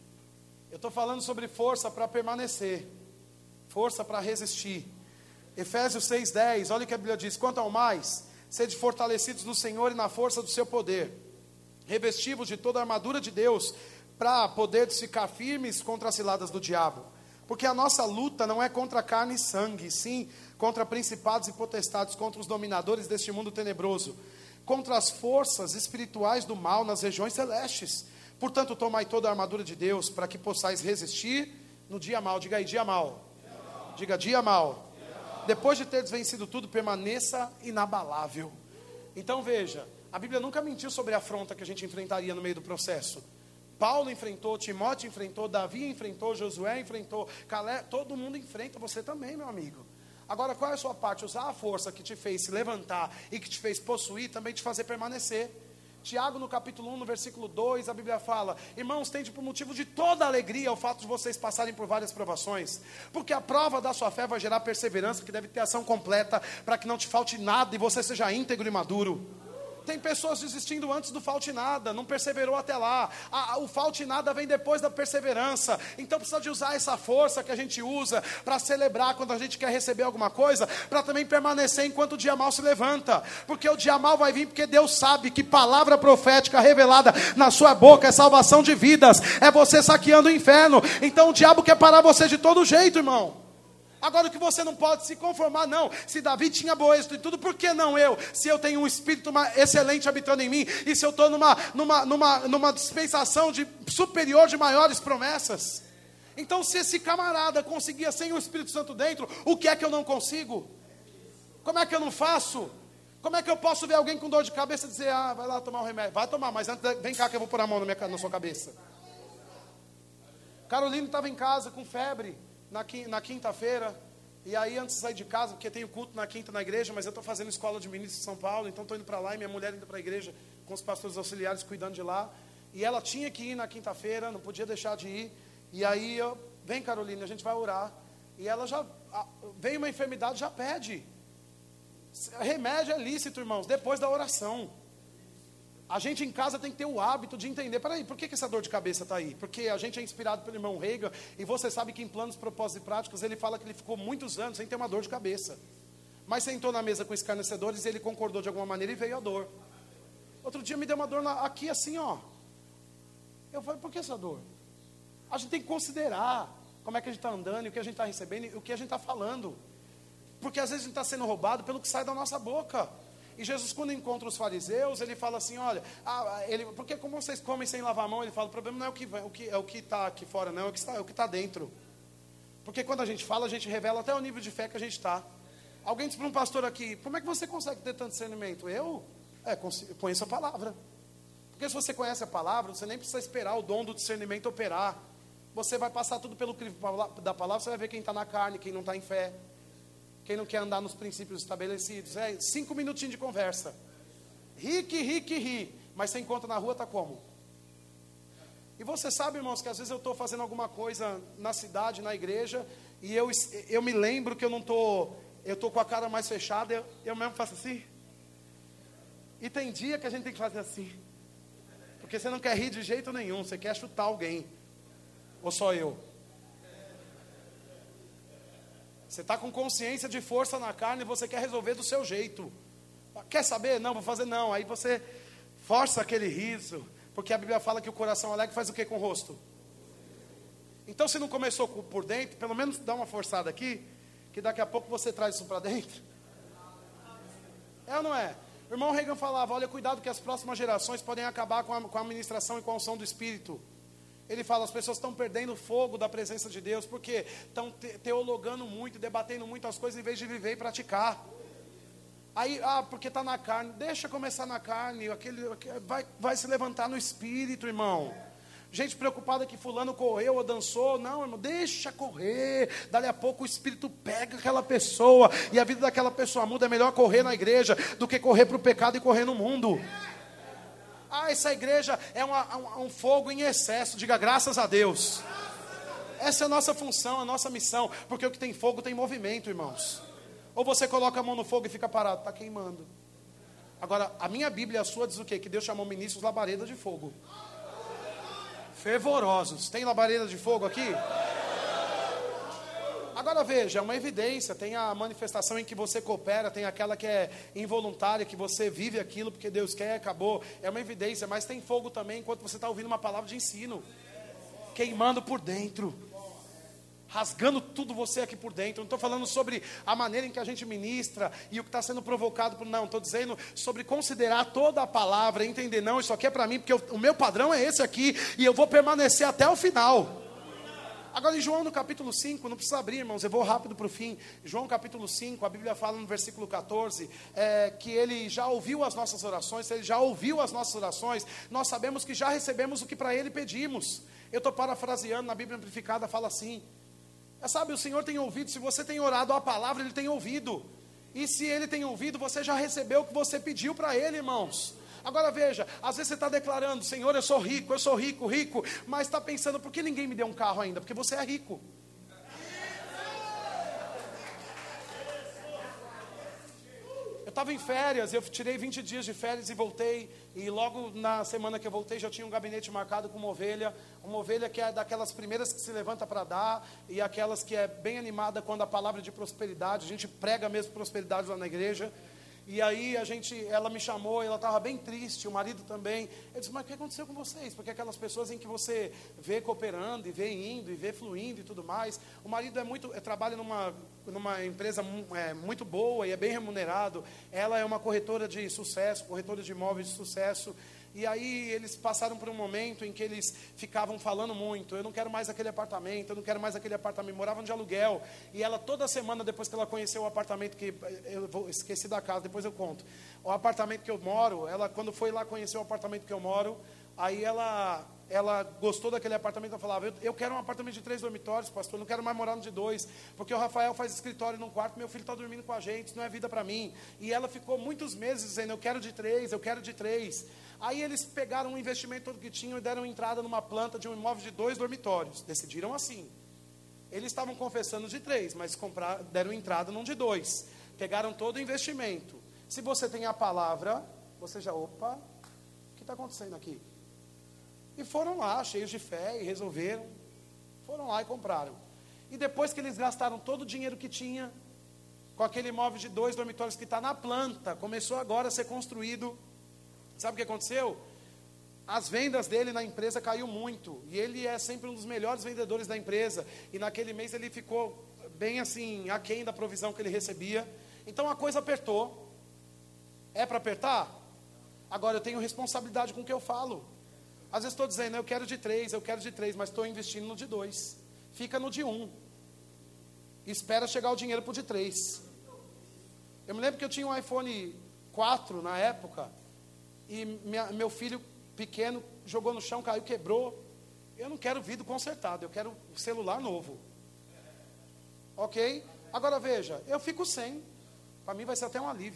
Eu estou falando sobre força para permanecer, força para resistir. Efésios 6:10, olha o que a Bíblia diz: quanto ao mais, sede fortalecidos no Senhor e na força do seu poder, revestivos de toda a armadura de Deus, para poder ficar firmes contra as ciladas do diabo. Porque a nossa luta não é contra carne e sangue, sim contra principados e potestades, contra os dominadores deste mundo tenebroso, contra as forças espirituais do mal nas regiões celestes. Portanto, tomai toda a armadura de Deus, para que possais resistir no dia mau. Diga aí, dia mau. Diga, dia mau. Depois de teres vencido tudo, permaneça inabalável. Então veja, a Bíblia nunca mentiu sobre a afronta que a gente enfrentaria no meio do processo. Paulo enfrentou, Timóteo enfrentou, Davi enfrentou, Josué enfrentou, Caleb, todo mundo enfrenta, você também, meu amigo. Agora, qual é a sua parte? Usar a força que te fez se levantar e que te fez possuir, também te fazer permanecer. Tiago, no capítulo 1, no versículo 2, a Bíblia fala: irmãos, tende por motivo de toda alegria o fato de vocês passarem por várias provações, porque a prova da sua fé vai gerar perseverança, que deve ter ação completa, para que não te falte nada e você seja íntegro e maduro. Tem pessoas desistindo antes do falte nada, não perseverou até lá. O falte nada vem depois da perseverança. Então precisa de usar essa força que a gente usa para celebrar quando a gente quer receber alguma coisa, para também permanecer enquanto o dia mal se levanta. Porque o dia mal vai vir, porque Deus sabe que palavra profética revelada na sua boca é salvação de vidas, é você saqueando o inferno. Então o diabo quer parar você de todo jeito, irmão. Agora, o que você não pode se conformar, não. Se Davi tinha bom êxito e tudo, por que não eu? Se eu tenho um espírito excelente habitando em mim, e se eu estou numa dispensação superior de maiores promessas. Então, se esse camarada conseguia sem o Espírito Santo dentro, o que é que eu não consigo? Como é que eu não faço? Como é que eu posso ver alguém com dor de cabeça e dizer: ah, vai lá tomar um remédio? Vai tomar, mas antes, vem cá que eu vou pôr a mão na sua cabeça. Carolina estava em casa com febre na quinta-feira, e aí antes de sair de casa, porque tenho culto na quinta na igreja, mas eu estou fazendo escola de ministros em São Paulo, então estou indo para lá, e minha mulher indo para a igreja, com os pastores auxiliares cuidando de lá, e ela tinha que ir na quinta-feira, não podia deixar de ir, e aí vem Carolina, a gente vai orar, e ela vem uma enfermidade, já pede. Remédio é lícito, irmãos, depois da oração. A gente em casa tem que ter o hábito de entender: peraí, por que essa dor de cabeça está aí? Porque a gente é inspirado pelo irmão Reagan, e você sabe que em Planos, Propósitos e Práticos, ele fala que ele ficou muitos anos sem ter uma dor de cabeça. Mas sentou na mesa com escarnecedores e ele concordou de alguma maneira e veio a dor. Outro dia me deu uma dor aqui assim, ó. Eu falei: por que essa dor? A gente tem que considerar como é que a gente está andando, e o que a gente está recebendo, e o que a gente está falando. Porque às vezes a gente está sendo roubado pelo que sai da nossa boca. E Jesus, quando encontra os fariseus, ele fala assim: olha, porque como vocês comem sem lavar a mão? Ele fala: o problema não é o que está aqui fora, não, é o que está dentro. Porque quando a gente fala, a gente revela até o nível de fé que a gente está. Alguém disse para um pastor aqui: como é que você consegue ter tanto discernimento? Eu conheço a palavra. Porque se você conhece a palavra, você nem precisa esperar o dom do discernimento operar. Você vai passar tudo pelo crivo da palavra, você vai ver quem está na carne, quem não está em fé, quem não quer andar nos princípios estabelecidos. 5 minutinhos de conversa. Ri. Mas você encontra na rua, está como? E você sabe, irmãos, que às vezes eu estou fazendo alguma coisa na cidade, na igreja, e eu me lembro que eu estou com a cara mais fechada, eu mesmo faço assim. E tem dia que a gente tem que fazer assim. Porque você não quer rir de jeito nenhum, você quer chutar alguém. Ou só eu? Você está com consciência de força na carne e você quer resolver do seu jeito. Quer saber? Não, vou fazer não. Aí você força aquele riso. Porque a Bíblia fala que o coração alegre faz o que com o rosto? Então, se não começou por dentro, pelo menos dá uma forçada aqui, que daqui a pouco você traz isso para dentro. É ou não é? O irmão Reagan falava, olha, cuidado que as próximas gerações podem acabar com a ministração e com a unção do Espírito. Ele fala, as pessoas estão perdendo o fogo da presença de Deus, porque estão teologando muito, debatendo muito as coisas, em vez de viver e praticar. Aí, porque está na carne, deixa começar na carne, vai se levantar no Espírito, irmão. Gente preocupada que fulano correu ou dançou, não, irmão, deixa correr. Dali a pouco o Espírito pega aquela pessoa, e a vida daquela pessoa muda. É melhor correr na igreja do que correr para o pecado e correr no mundo. Essa igreja é um fogo em excesso, diga graças a Deus. Essa é a nossa função, a nossa missão, porque o que tem fogo tem movimento, irmãos. Ou você coloca a mão no fogo e fica parado, está queimando. Agora, a minha Bíblia e a sua diz o quê? Que Deus chamou ministros labaredas de fogo. Fervorosos. Tem labareda de fogo aqui? Agora veja, é uma evidência. Tem a manifestação em que você coopera, tem aquela que é involuntária, que você vive aquilo porque Deus quer, acabou. É uma evidência, mas tem fogo também enquanto você está ouvindo uma palavra de ensino. Queimando por dentro. Rasgando tudo você aqui por dentro. Não estou falando sobre a maneira em que a gente ministra e o que está sendo provocado por... Não, estou dizendo sobre considerar toda a palavra, entender, não, isso aqui é para mim, porque o meu padrão é esse aqui, e eu vou permanecer até o final. Agora em João no capítulo 5, não precisa abrir, irmãos, eu vou rápido para o fim. João capítulo 5, a Bíblia fala no versículo 14, que ele já ouviu as nossas orações. Se ele já ouviu as nossas orações, nós sabemos que já recebemos o que para ele pedimos. Eu estou parafraseando, na Bíblia Amplificada fala assim, sabe, o Senhor tem ouvido. Se você tem orado a palavra, Ele tem ouvido. E se Ele tem ouvido, você já recebeu o que você pediu para Ele, irmãos. Agora veja, às vezes você está declarando, Senhor, eu sou rico, rico, mas está pensando, por que ninguém me deu um carro ainda? Porque você é rico. Eu estava em férias, eu tirei 20 dias de férias e voltei, e logo na semana que eu voltei já tinha um gabinete marcado com uma ovelha que é daquelas primeiras que se levanta para dar, e aquelas que é bem animada quando a palavra de prosperidade, a gente prega mesmo prosperidade lá na igreja. E aí ela me chamou, ela estava bem triste, o marido também. Eu disse, mas o que aconteceu com vocês? Porque aquelas pessoas em que você vê cooperando, e vê indo, e vê fluindo e tudo mais. O marido trabalha numa empresa muito boa e é bem remunerado. Ela é uma corretora de sucesso, corretora de imóveis de sucesso. E aí eles passaram por um momento em que eles ficavam falando muito, eu não quero mais aquele apartamento, eu não quero mais aquele apartamento, moravam de aluguel. E ela toda semana, depois que ela conheceu o apartamento, esqueci da casa, depois eu conto. O apartamento que eu moro, ela quando foi lá conhecer o apartamento que eu moro, aí ela gostou daquele apartamento. Ela falava, eu quero um apartamento de 3 dormitórios, pastor, não quero mais morar no de 2, porque o Rafael faz escritório num quarto, meu filho está dormindo com a gente, isso não é vida para mim. E ela ficou muitos meses dizendo, eu quero de 3, eu quero de 3. Aí eles pegaram um investimento todo que tinham e deram entrada numa planta de um imóvel de 2 dormitórios. Decidiram assim. Eles estavam confessando de 3, mas deram entrada num de 2. Pegaram todo o investimento. Se você tem a palavra, você já, opa, o que está acontecendo aqui? E foram lá, cheios de fé, e resolveram. Foram lá e compraram. E depois que eles gastaram todo o dinheiro que tinha, com aquele imóvel de 2 dormitórios que está na planta, começou agora a ser construído. Sabe o que aconteceu? As vendas dele na empresa caiu muito. E ele é sempre um dos melhores vendedores da empresa. E naquele mês ele ficou bem assim, aquém da provisão que ele recebia. Então a coisa apertou. É para apertar? Agora eu tenho responsabilidade com o que eu falo. Às vezes estou dizendo, eu quero de 3, mas estou investindo no de 2. Fica no de 1. Espera chegar o dinheiro para o de 3. Eu me lembro que eu tinha um iPhone 4 na época. E meu filho pequeno jogou no chão, caiu, quebrou. Eu não quero vidro consertado, eu quero celular novo. Ok? Agora veja, eu fico sem. Para mim vai ser até um alívio.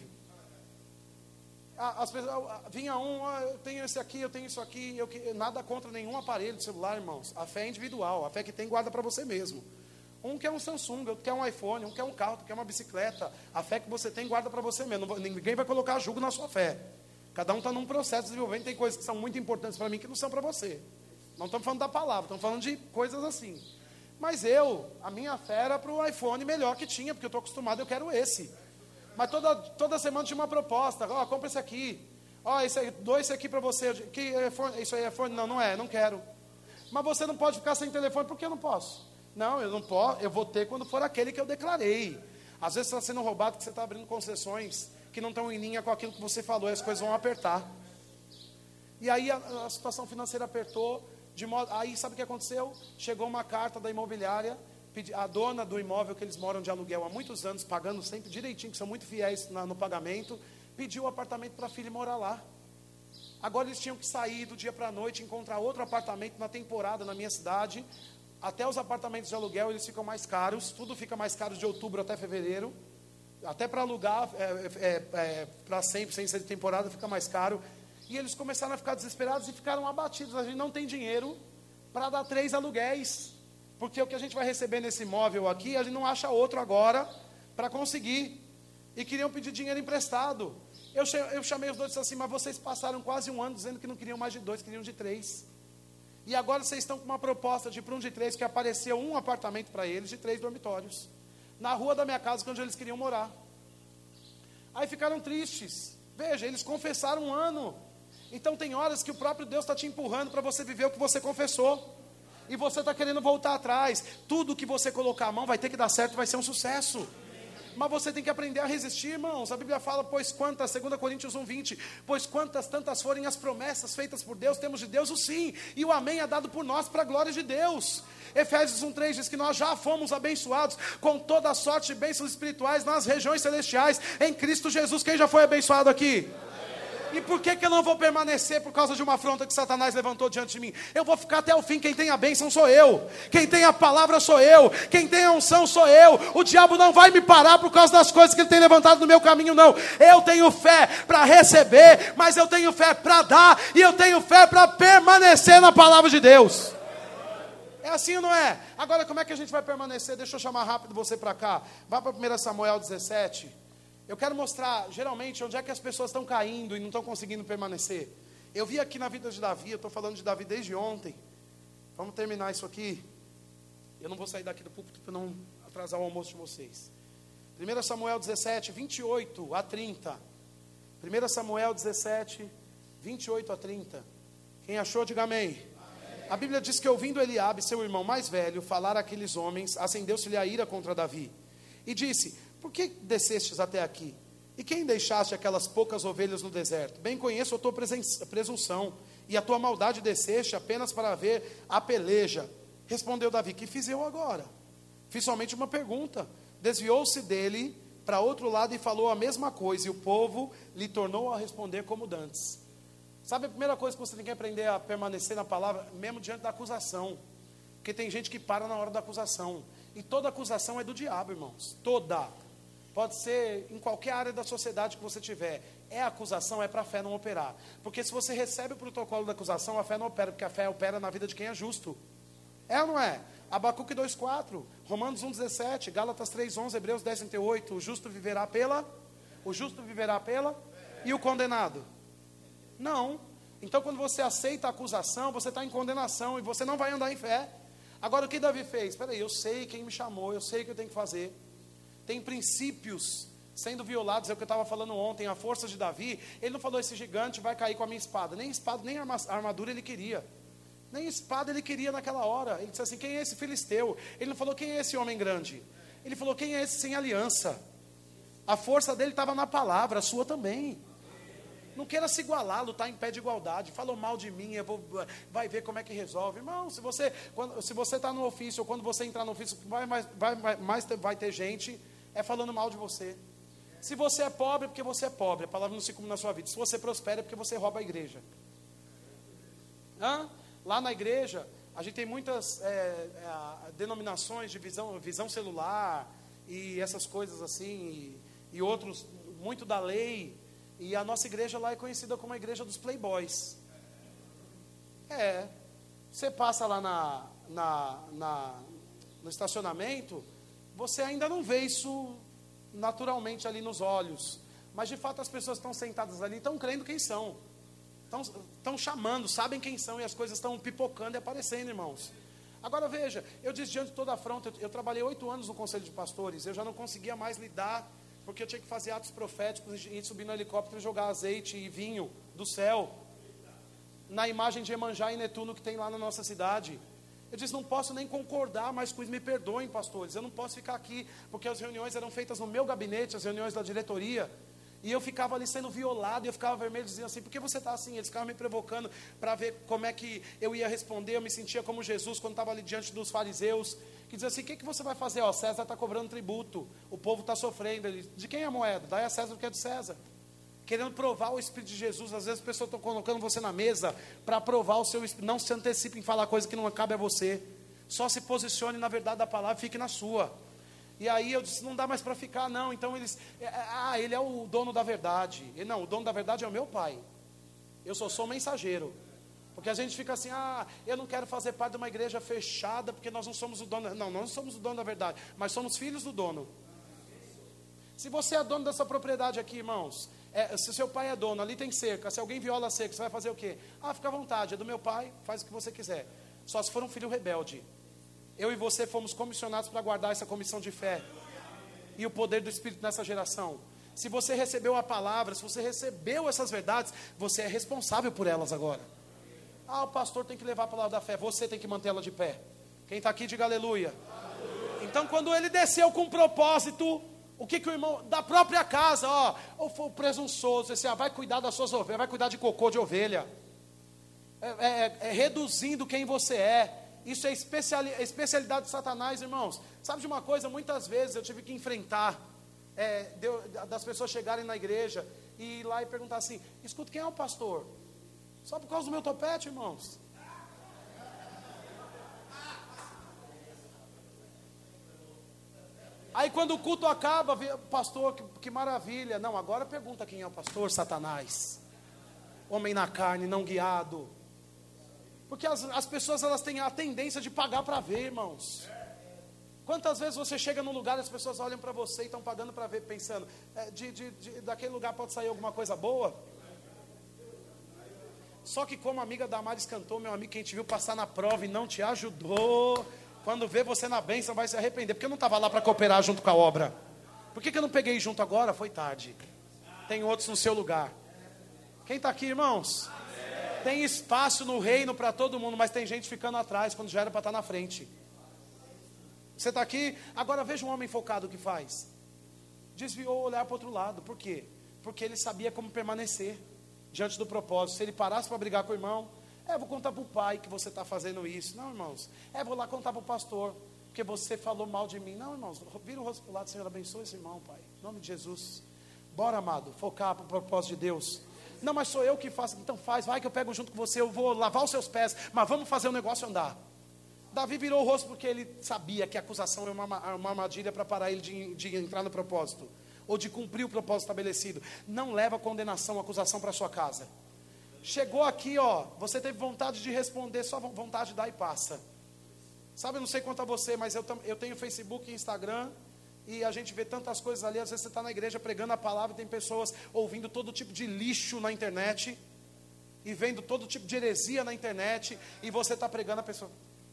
As pessoas, vinha eu tenho esse aqui, eu tenho isso aqui. Nada contra nenhum aparelho de celular, irmãos. A fé é individual, a fé que tem guarda para você mesmo. Um quer um Samsung, outro quer um iPhone, um quer um carro, outro quer uma bicicleta. A fé que você tem guarda para você mesmo. Ninguém vai colocar julgo na sua fé. Cada um está num processo de desenvolvimento. Tem coisas que são muito importantes para mim que não são para você. Não estamos falando da palavra, estamos falando de coisas assim. Mas a minha fé era para o iPhone melhor que tinha, porque eu estou acostumado, eu quero esse. Mas toda semana tinha uma proposta. Compra esse aqui. Dou esse aqui para você. Isso aí é iPhone? Não, não é, não quero. Mas você não pode ficar sem telefone, por que eu não posso? Não, eu não posso, eu vou ter quando for aquele que eu declarei. Às vezes está sendo roubado porque você está abrindo concessões que não estão em linha com aquilo que você falou, e as coisas vão apertar. E aí a situação financeira apertou, aí sabe o que aconteceu? Chegou uma carta da imobiliária, a dona do imóvel que eles moram de aluguel há muitos anos, pagando sempre direitinho, que são muito fiéis no pagamento, pediu o apartamento para a filha morar lá. Agora eles tinham que sair do dia para a noite, encontrar outro apartamento na temporada na minha cidade. Até os apartamentos de aluguel eles ficam mais caros, tudo fica mais caro de outubro até fevereiro. Até para alugar, para sempre, sem ser de temporada, fica mais caro. E eles começaram a ficar desesperados e ficaram abatidos. A gente não tem dinheiro para dar 3 aluguéis. Porque o que a gente vai receber nesse imóvel aqui, a gente não acha outro agora para conseguir. E queriam pedir dinheiro emprestado. Eu chamei os dois e disse assim, mas vocês passaram quase um ano dizendo que não queriam mais de 2, queriam de 3. E agora vocês estão com uma proposta de ir para um de 3, que apareceu um apartamento para eles, de 3 dormitórios. Na rua da minha casa, onde eles queriam morar. Aí ficaram tristes. Veja, eles confessaram um ano. Então tem horas que o próprio Deus está te empurrando para você viver o que você confessou. E você está querendo voltar atrás. Tudo que você colocar a mão vai ter que dar certo, vai ser um sucesso. Mas você tem que aprender a resistir, irmãos. A Bíblia fala, pois quantas, 2 Coríntios 1:20, pois quantas tantas forem as promessas feitas por Deus, temos de Deus o sim, e o amém é dado por nós para a glória de Deus. Efésios 1:3 diz que nós já fomos abençoados com toda a sorte de bênçãos espirituais nas regiões celestiais, em Cristo Jesus. Quem já foi abençoado aqui? E por que eu não vou permanecer por causa de uma afronta que Satanás levantou diante de mim? Eu vou ficar até o fim. Quem tem a bênção sou eu. Quem tem a palavra sou eu. Quem tem a unção sou eu. O diabo não vai me parar por causa das coisas que ele tem levantado no meu caminho, não. Eu tenho fé para receber, mas eu tenho fé para dar, e eu tenho fé para permanecer na palavra de Deus. É assim ou não é? Agora como é que a gente vai permanecer? Deixa eu chamar rápido você para cá. Vá para 1 Samuel 17. Eu quero mostrar, geralmente, onde é que as pessoas estão caindo e não estão conseguindo permanecer. Eu vi aqui na vida de Davi, eu estou falando de Davi desde ontem. Vamos terminar isso aqui. Eu não vou sair daqui do púlpito para não atrasar o almoço de vocês. 1 Samuel 17, 28 a 30. 1 Samuel 17, 28 a 30. Quem achou, diga amém. Amém. A Bíblia diz que ouvindo Eliabe, seu irmão mais velho, falar àqueles homens, acendeu-se-lhe a ira contra Davi. E disse, por que descestes até aqui? E quem deixaste aquelas poucas ovelhas no deserto? Bem conheço a tua presunção, e a tua maldade desceste apenas para ver a peleja. Respondeu Davi, que fiz eu agora? Fiz somente uma pergunta. Desviou-se dele para outro lado e falou a mesma coisa, e o povo lhe tornou a responder como dantes. Sabe a primeira coisa que você tem que aprender a permanecer na palavra, mesmo diante da acusação? Porque tem gente que para na hora da acusação. E toda acusação é do diabo, irmãos. Toda. Pode ser em qualquer área da sociedade que você tiver. É acusação, é para a fé não operar. Porque se você recebe o protocolo da acusação, a fé não opera, porque a fé opera na vida de quem é justo. É ou não é? Abacuque 2:4, Romanos 1:17, Gálatas 3:11, Hebreus 10:38. O justo viverá pela? O justo viverá pela? E o condenado? Não. Então quando você aceita a acusação, você está em condenação e você não vai andar em fé. Agora o que Davi fez? Espera aí, eu sei quem me chamou, eu sei o que eu tenho que fazer. Tem princípios sendo violados, é o que eu estava falando ontem, a força de Davi. Ele não falou, esse gigante vai cair com a minha espada. Nem espada, nem armadura ele queria. Nem espada ele queria naquela hora. Ele disse assim, quem é esse filisteu? Ele não falou, quem é esse homem grande? Ele falou, quem é esse sem aliança? A força dele estava na palavra, a sua também. Não queira se igualar, lutar em pé de igualdade. Falou mal de mim, vai ver como é que resolve. Irmão, se você está no ofício, ou quando você entrar no ofício, vai ter gente falando mal de você. Se você é pobre, é porque você é pobre. A palavra não se cumpre na sua vida. Se você prospera, é porque você rouba a igreja. Lá na igreja, a gente tem muitas denominações de visão celular, e essas coisas assim, e outros, muito da lei. E a nossa igreja lá é conhecida como a igreja dos playboys. Você passa lá no estacionamento, você ainda não vê isso naturalmente ali nos olhos. Mas de fato as pessoas estão sentadas ali, estão crendo quem são. Estão chamando, sabem quem são, e as coisas estão pipocando e aparecendo, irmãos. Agora veja, eu disse diante de toda a afronta, eu trabalhei 8 anos no conselho de pastores, eu já não conseguia mais lidar, porque eu tinha que fazer atos proféticos, e subir no helicóptero e jogar azeite e vinho do céu, na imagem de Iemanjá e Netuno que tem lá na nossa cidade. Eu disse, não posso nem concordar mais com isso, me perdoem, pastores, eu não posso ficar aqui, porque as reuniões eram feitas no meu gabinete, as reuniões da diretoria, E eu ficava ali sendo violado, e eu ficava vermelho, dizia assim, por que você está assim? Eles ficavam me provocando para ver como é que eu ia responder. Eu me sentia como Jesus quando estava ali diante dos fariseus, que dizia assim, o que você vai fazer? Ó, César está cobrando tributo, o povo está sofrendo. Ele, de quem é a moeda? Dai a César o que é de César. Querendo provar o Espírito de Jesus. Às vezes as pessoas estão colocando você na mesa para provar o seu Espírito. Não se antecipe em falar coisa que não cabe a você. Só se posicione na verdade da palavra e fique na sua. E aí eu disse, não dá mais para ficar não. Então eles, ele é o dono da verdade. E não, o dono da verdade é o meu pai. Eu só sou mensageiro. Porque a gente fica assim, eu não quero fazer parte de uma igreja fechada, porque nós não somos o dono. Não, nós não somos o dono da verdade, mas somos filhos do dono. Se você é dono dessa propriedade aqui, irmãos, se seu pai é dono, ali tem cerca, se alguém viola a cerca, você vai fazer o quê? Fica à vontade, é do meu pai, faz o que você quiser. Só se for um filho rebelde. Eu e você fomos comissionados para guardar essa comissão de fé e o poder do Espírito nessa geração. Se você recebeu a palavra, se você recebeu essas verdades, você é responsável por elas agora. O pastor tem que levar a palavra da fé, você tem que mantê-la de pé. Quem está aqui, diga aleluia. Então quando ele desceu com propósito, o que o irmão da própria casa, ou foi presunçoso, disse, vai cuidar das suas ovelhas, vai cuidar de cocô de ovelha, reduzindo quem você é. Isso é especialidade de Satanás, irmãos. Sabe de uma coisa, muitas vezes eu tive que enfrentar, das pessoas chegarem na igreja e ir lá e perguntar assim, escuta, quem é o pastor? Só por causa do meu topete, irmãos. Aí quando o culto acaba, pastor, que maravilha. Não, agora pergunta quem é o pastor, Satanás. Homem na carne, não guiado. Porque as pessoas, elas têm a tendência de pagar para ver, irmãos. Quantas vezes você chega num lugar e as pessoas olham para você e estão pagando para ver, pensando, daquele lugar pode sair alguma coisa boa? Só que como a amiga da Maris cantou, meu amigo, quem te viu passar na prova e não te ajudou, quando vê você na bênção vai se arrepender, porque eu não estava lá para cooperar junto com a obra. Por que eu não peguei junto agora? Foi tarde. Tem outros no seu lugar. Quem está aqui, irmãos? Tem espaço no reino para todo mundo, mas tem gente ficando atrás, quando já era para estar na frente. Você está aqui, agora veja um homem focado o que faz. Desviou o olhar para o outro lado, por quê? Porque ele sabia como permanecer diante do propósito. Se ele parasse para brigar com o irmão, vou contar para o pai que você está fazendo isso. Não, irmãos, vou lá contar para o pastor, porque você falou mal de mim. Não, irmãos, vira o rosto para o lado, Senhor, abençoe esse irmão, pai, em nome de Jesus. Bora, amado, focar para o propósito de Deus. Não, mas sou eu que faço. Então faz, vai que eu pego junto com você, eu vou lavar os seus pés, mas vamos fazer o negócio andar. Davi virou o rosto porque ele sabia que a acusação é uma armadilha para parar ele de entrar no propósito, ou de cumprir o propósito estabelecido. Não leva condenação, acusação para sua casa. Chegou aqui, você teve vontade de responder, só vontade de dar e passa. Sabe, eu não sei quanto a você, mas eu tenho Facebook e Instagram, e a gente vê tantas coisas ali. Às vezes você está na igreja pregando a palavra e tem pessoas ouvindo todo tipo de lixo na internet, e vendo todo tipo de heresia na internet, e você está pregando a pessoa.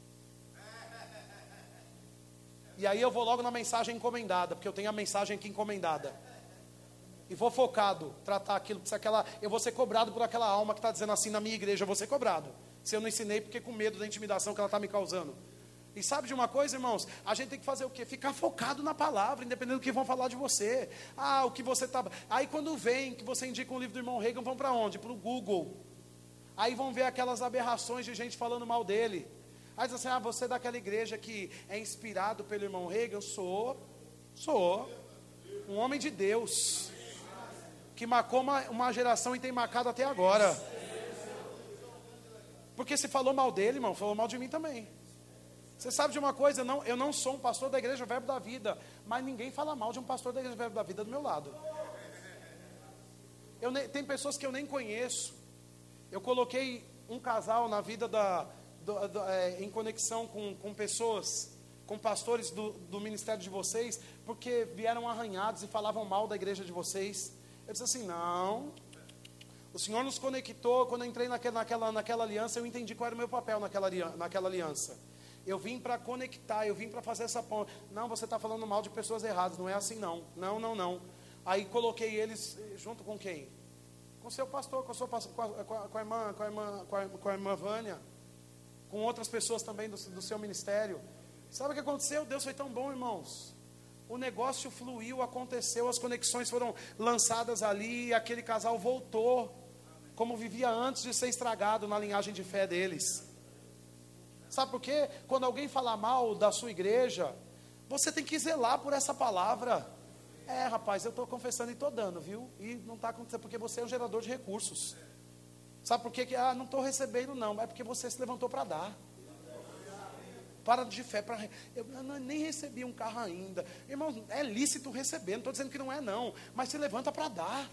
E aí eu vou logo na mensagem encomendada, porque eu tenho a mensagem aqui encomendada. E vou focado, tratar aquilo, eu vou ser cobrado por aquela alma que está dizendo assim, na minha igreja eu vou ser cobrado. Se eu não ensinei, porque com medo da intimidação que ela está me causando. E sabe de uma coisa, irmãos? A gente tem que fazer o quê? Ficar focado na palavra, independente do que vão falar de você. O que você está... Aí quando vem, que você indica um livro do irmão Reagan, vão para onde? Para o Google. Aí vão ver aquelas aberrações de gente falando mal dele. Aí diz assim, você é daquela igreja que é inspirado pelo irmão Reagan? Sou um homem de Deus, que marcou uma geração e tem marcado até agora. Porque se falou mal dele, irmão, falou mal de mim também. Você sabe de uma coisa, eu não sou um pastor da igreja Verbo da Vida, mas ninguém fala mal de um pastor da igreja Verbo da Vida do meu lado. Tem pessoas que eu nem conheço. Eu coloquei um casal na vida em conexão com pessoas, com pastores do ministério de vocês, porque vieram arranhados e falavam mal da igreja de vocês. Eu disse assim, não, o Senhor nos conectou. Quando eu entrei naquela aliança, eu entendi qual era o meu papel naquela aliança. Eu vim para conectar, eu vim para fazer essa ponte. Não, você está falando mal de pessoas erradas, não é assim não. Não. Aí coloquei eles junto com quem? Com seu pastor, com a irmã Vânia, com outras pessoas também do seu ministério. Sabe o que aconteceu? Deus foi tão bom, irmãos. O negócio fluiu, aconteceu, as conexões foram lançadas ali, e aquele casal voltou, como vivia antes de ser estragado na linhagem de fé deles. Sabe por quê? Quando alguém fala mal da sua igreja, você tem que zelar por essa palavra. Rapaz, eu estou confessando e estou dando, viu? E não está acontecendo porque você é um gerador de recursos. Sabe por quê? Não estou recebendo não, é porque você se levantou para dar. Para de fé, eu nem recebi um carro ainda. Irmão, é lícito receber, não estou dizendo que não é não, mas se levanta para dar.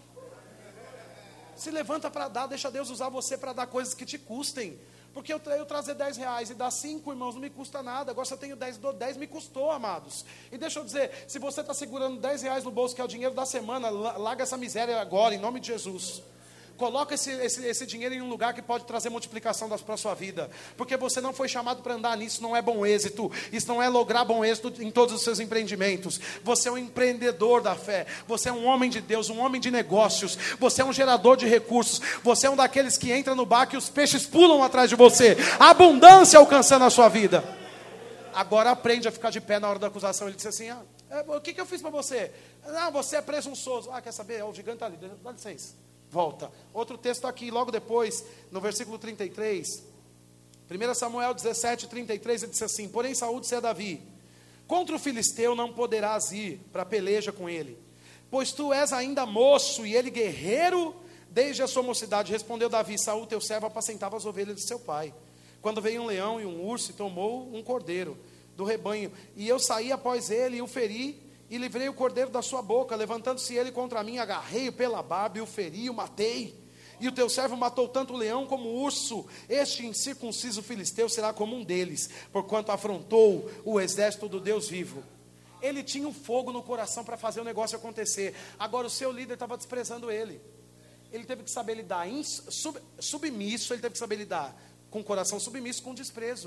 Se levanta para dar, deixa Deus usar você para dar coisas que te custem. Porque eu trazer 10 reais e dar 5, irmãos, não me custa nada. Agora se eu tenho 10, dou 10, me custou, amados. E deixa eu dizer, se você está segurando 10 reais no bolso, que é o dinheiro da semana, larga essa miséria agora, em nome de Jesus. Coloca esse dinheiro em um lugar que pode trazer multiplicação para a sua vida. Porque você não foi chamado para andar nisso, não é bom êxito. Isso não é lograr bom êxito em todos os seus empreendimentos. Você é um empreendedor da fé. Você é um homem de Deus, um homem de negócios. Você é um gerador de recursos. Você é um daqueles que entra no barco e os peixes pulam atrás de você. A abundância alcançando a sua vida. Agora aprende a ficar de pé na hora da acusação. Ele disse assim, o que eu fiz para você? Não, você é presunçoso. Quer saber? O gigante está ali, dá licença. Volta. Outro texto aqui, logo depois, no versículo 33. 1 Samuel 17, 33, ele disse assim: porém Saúl disse a Davi: contra o filisteu não poderás ir para a peleja com ele, pois tu és ainda moço e ele guerreiro desde a sua mocidade. Respondeu Davi: Saúl teu servo apacentava as ovelhas de seu pai, quando veio um leão e um urso e tomou um cordeiro do rebanho, e eu saí após ele e o feri, e livrei o cordeiro da sua boca. Levantando-se ele contra mim, agarrei-o pela barba e o feri, o matei. E o teu servo matou tanto o leão como o urso. Este incircunciso filisteu será como um deles, porquanto afrontou o exército do Deus vivo. Ele tinha um fogo no coração para fazer o negócio acontecer. Agora o seu líder estava desprezando ele. Ele teve que saber lidar submisso, ele teve que saber lidar com o coração submisso, com desprezo.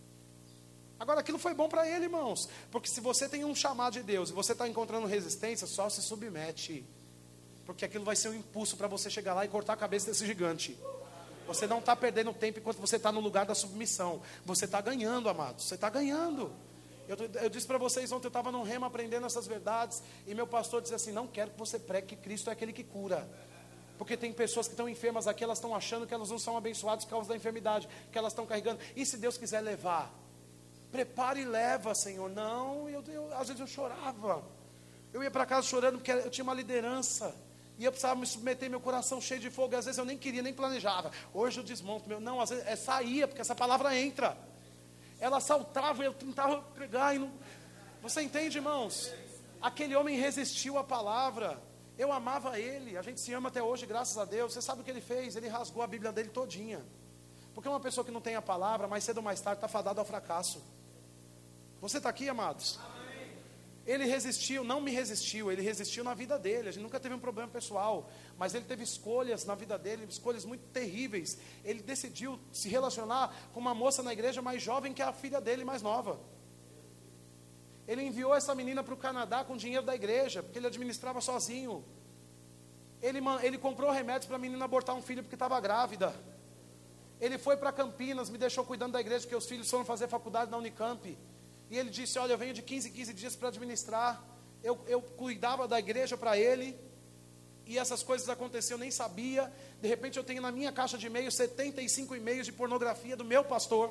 Agora aquilo foi bom para ele, irmãos, porque se você tem um chamado de Deus e você está encontrando resistência, só se submete, porque aquilo vai ser um impulso para você chegar lá e cortar a cabeça desse gigante. Você não está perdendo tempo enquanto você está no lugar da submissão. Você está ganhando, amados, você está ganhando. Eu disse para vocês ontem, eu estava num rema aprendendo essas verdades, e meu pastor disse assim: não quero que você pregue que Cristo é aquele que cura. Porque tem pessoas que estão enfermas aqui, elas estão achando que elas não são abençoadas por causa da enfermidade que elas estão carregando. E se Deus quiser levar? Prepara e leva, Senhor. Não, às vezes eu chorava. Eu ia para casa chorando porque eu tinha uma liderança. E eu precisava me submeter, meu coração cheio de fogo. E às vezes eu nem queria, nem planejava. Hoje eu desmonto. Não, às vezes saía, porque essa palavra entra. Ela saltava e eu tentava pregar. E não... Você entende, irmãos? Aquele homem resistiu à palavra. Eu amava ele. A gente se ama até hoje, graças a Deus. Você sabe o que ele fez? Ele rasgou a Bíblia dele todinha. Porque uma pessoa que não tem a palavra, mais cedo ou mais tarde, está fadada ao fracasso. Você está aqui, amados? Amém. Ele resistiu, não me resistiu, ele resistiu na vida dele. A gente nunca teve um problema pessoal, mas ele teve escolhas na vida dele, escolhas muito terríveis. Ele decidiu se relacionar com uma moça na igreja mais jovem que a filha dele mais nova. Ele enviou essa menina para o Canadá com dinheiro da igreja, porque ele administrava sozinho. Ele comprou remédios para a menina abortar um filho porque estava grávida. Ele foi para Campinas, me deixou cuidando da igreja, porque os filhos foram fazer faculdade na Unicamp. E ele disse: olha, eu venho de 15 em 15 dias para administrar. Eu cuidava da igreja para ele. E essas coisas aconteciam, eu nem sabia. De repente eu tenho na minha caixa de e-mails 75 e-mails de pornografia do meu pastor.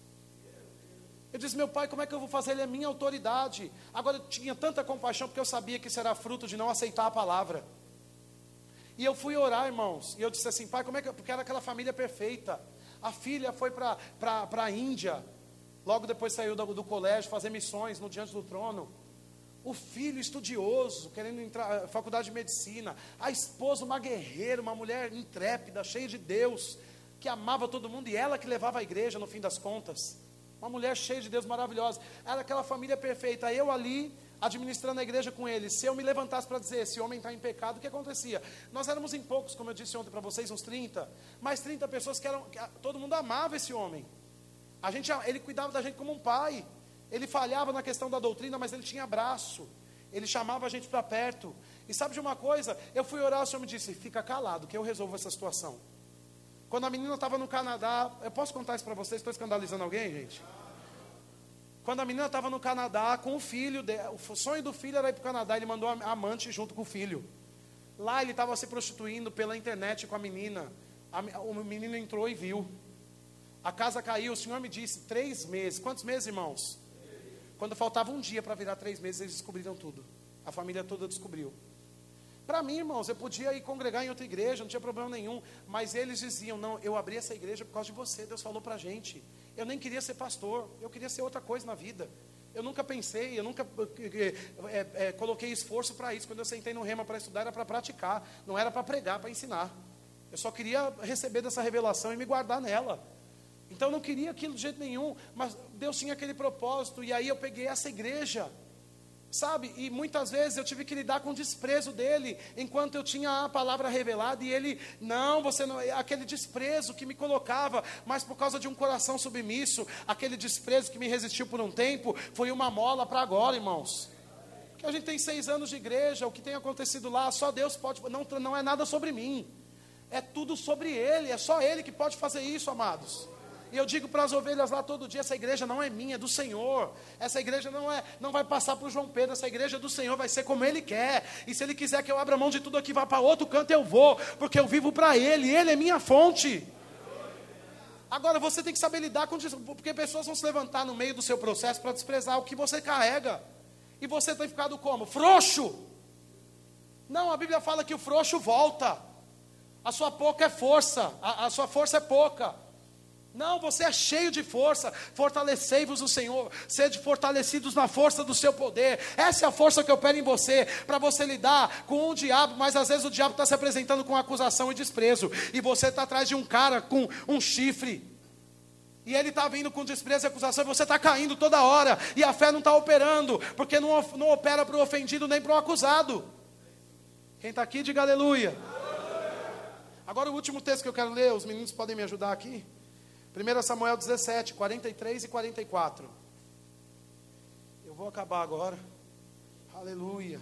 Eu disse: meu pai, como é que eu vou fazer? Ele é minha autoridade. Agora eu tinha tanta compaixão, porque eu sabia que isso era fruto de não aceitar a palavra. E eu fui orar, irmãos. E eu disse assim: pai, como é que... Porque era aquela família perfeita. A filha foi para a Índia. Logo depois saiu do colégio, fazer missões no Diante do Trono. O filho estudioso, querendo entrar na faculdade de medicina. A esposa, uma guerreira, uma mulher intrépida, cheia de Deus, que amava todo mundo, e ela que levava a igreja no fim das contas. Uma mulher cheia de Deus, maravilhosa. Era aquela família perfeita. Eu ali, administrando a igreja com ele. Se eu me levantasse para dizer: esse homem está em pecado, o que acontecia? Nós éramos em poucos, como eu disse ontem para vocês, uns 30. Mais 30 pessoas que todo mundo amava esse homem. Ele cuidava da gente como um pai. Ele falhava na questão da doutrina, mas ele tinha abraço. Ele chamava a gente para perto. E sabe de uma coisa? Eu fui orar, o Senhor me disse: fica calado, que eu resolvo essa situação. Quando a menina estava no Canadá, eu posso contar isso para vocês? Estou escandalizando alguém, gente? Quando a menina estava no Canadá com o filho, o sonho do filho era ir para o Canadá, ele mandou a amante junto com o filho. Lá ele estava se prostituindo pela internet com a menina. O menino entrou e viu. A casa caiu, o Senhor me disse, 3 meses. Quantos meses, irmãos? Quando faltava um dia para virar 3 meses, eles descobriram tudo. A família toda descobriu. Para mim, irmãos, eu podia ir congregar em outra igreja, não tinha problema nenhum. Mas eles diziam, não, eu abri essa igreja por causa de você, Deus falou para a gente. Eu nem queria ser pastor, eu queria ser outra coisa na vida. Eu nunca pensei, eu nunca coloquei esforço para isso. Quando eu sentei no Rema para estudar, era para praticar, não era para pregar, para ensinar. Eu só queria receber dessa revelação e me guardar nela. Então eu não queria aquilo de jeito nenhum, mas Deus tinha aquele propósito, e aí eu peguei essa igreja, sabe? E muitas vezes eu tive que lidar com o desprezo dele, enquanto eu tinha a palavra revelada, e ele, não, você não, aquele desprezo que me colocava, mas por causa de um coração submisso, aquele desprezo que me resistiu por um tempo, foi uma mola para agora, irmãos. Que a gente tem 6 anos de igreja, o que tem acontecido lá, só Deus pode, não é nada sobre mim, é tudo sobre ele, é só ele que pode fazer isso, amados. E eu digo para as ovelhas lá todo dia, essa igreja não é minha, é do Senhor. Essa igreja não vai passar para o João Pedro, essa igreja do Senhor vai ser como Ele quer. E se Ele quiser que eu abra mão de tudo aqui, vá para outro canto, eu vou, porque eu vivo para Ele, Ele é minha fonte. Agora você tem que saber lidar com isso, porque pessoas vão se levantar no meio do seu processo para desprezar o que você carrega. E você tem ficado como? Frouxo. Não, a Bíblia fala que o frouxo volta. A sua pouca é força, a sua força é pouca. Não, você é cheio de força, fortalecei-vos no Senhor, sede fortalecidos na força do seu poder. Essa é a força que eu opero em você, para você lidar com um diabo, mas às vezes o diabo está se apresentando com acusação e desprezo, e você está atrás de um cara com um chifre, e ele está vindo com desprezo e acusação, e você está caindo toda hora, e a fé não está operando, porque não opera para o ofendido nem para o acusado. Quem está aqui, diga aleluia. Agora o último texto que eu quero ler, os meninos podem me ajudar aqui? 1 Samuel 17, 43 e 44. Eu vou acabar agora. Aleluia.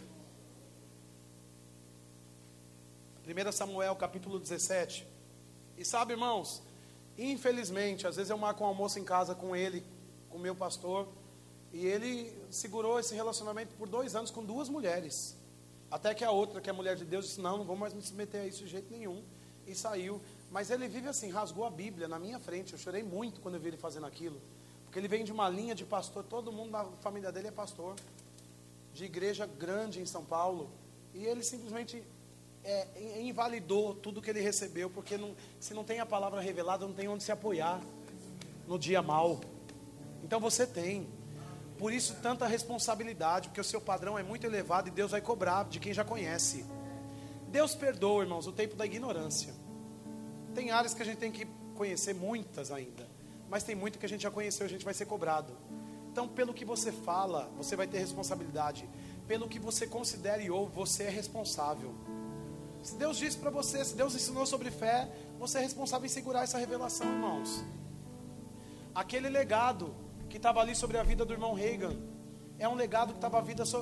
1 Samuel capítulo 17. E sabe, irmãos, infelizmente, às vezes eu marco um almoço em casa com ele, com o meu pastor, e ele segurou esse relacionamento por 2 anos com 2 mulheres. Até que a outra, que é mulher de Deus, disse, não vou mais me submeter a isso de jeito nenhum. E saiu. Mas ele vive assim, rasgou a Bíblia na minha frente. Eu chorei muito quando eu vi ele fazendo aquilo. Porque ele vem de uma linha de pastor, todo mundo da família dele é pastor. De igreja grande em São Paulo. E ele simplesmente invalidou tudo que ele recebeu. Porque se não tem a palavra revelada, não tem onde se apoiar no dia mau. Então você tem. Por isso tanta responsabilidade. Porque o seu padrão é muito elevado e Deus vai cobrar de quem já conhece. Deus perdoa, irmãos, o tempo da ignorância. Tem áreas que a gente tem que conhecer, muitas ainda. Mas tem muito que a gente já conheceu, a gente vai ser cobrado. Então, pelo que você fala, você vai ter responsabilidade. Pelo que você considera e ouve, você é responsável. Se Deus disse para você, se Deus ensinou sobre fé, você é responsável em segurar essa revelação, irmãos. Aquele legado que estava ali sobre a vida do irmão Reagan, é um legado que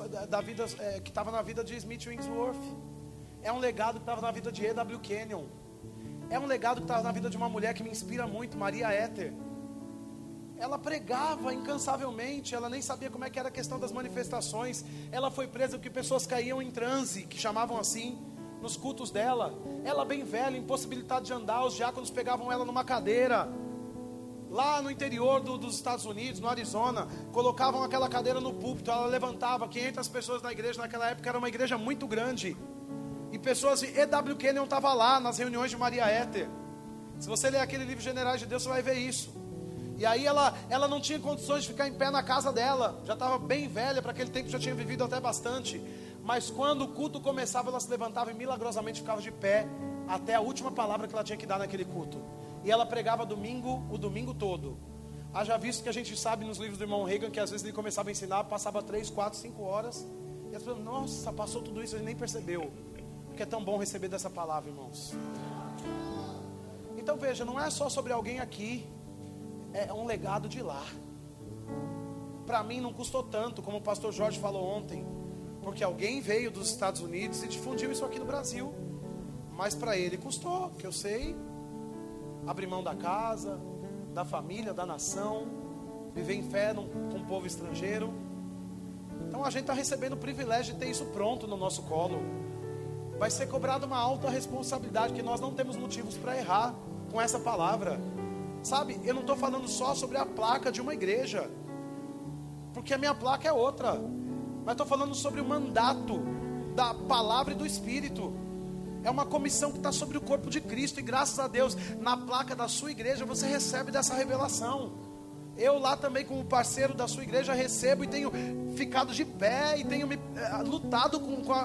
estava na vida de Smith Wigglesworth. É um legado que estava na vida de E.W. Kenyon. É um legado que estava na vida de uma mulher que me inspira muito, Maria Ether. Ela pregava incansavelmente, ela nem sabia como é que era a questão das manifestações. Ela foi presa porque pessoas caíam em transe, que chamavam assim, nos cultos dela. Ela bem velha, impossibilitada de andar, os diáconos pegavam ela numa cadeira. Lá no interior dos Estados Unidos, no Arizona, colocavam aquela cadeira no púlpito, ela levantava, 500 pessoas na igreja, naquela época era uma igreja muito grande. E pessoas de E.W. Kenyon estava lá nas reuniões de Maria Ether. Se você ler aquele livro Generais de Deus, você vai ver isso. E aí ela não tinha condições de ficar em pé na casa dela. Já estava bem velha, para aquele tempo já tinha vivido até bastante. Mas quando o culto começava, ela se levantava e milagrosamente ficava de pé até a última palavra que ela tinha que dar naquele culto. E ela pregava o domingo todo. Haja visto que a gente sabe nos livros do irmão Reagan que às vezes ele começava a ensinar, passava 3, 4, 5 horas. E as pessoas, nossa, passou tudo isso, ele nem percebeu. Que é tão bom receber dessa palavra, irmãos. Então veja, não é só sobre alguém aqui, é um legado de lá. Para mim não custou tanto, como o pastor Jorge falou ontem, porque alguém veio dos Estados Unidos e difundiu isso aqui no Brasil. Mas para ele custou, que eu sei, abrir mão da casa, da família, da nação. viver em fé com um povo estrangeiro. Então a gente está recebendo o privilégio de ter isso pronto no nosso colo. Vai ser cobrada uma alta responsabilidade, que nós não temos motivos para errar com essa palavra. Sabe, eu não estou falando só sobre a placa de uma igreja, porque a minha placa é outra, mas estou falando sobre o mandato da palavra e do Espírito. É uma comissão que está sobre o corpo de Cristo, e graças a Deus, na placa da sua igreja, você recebe dessa revelação. Eu lá também, como parceiro da sua igreja, recebo e tenho ficado de pé e tenho lutado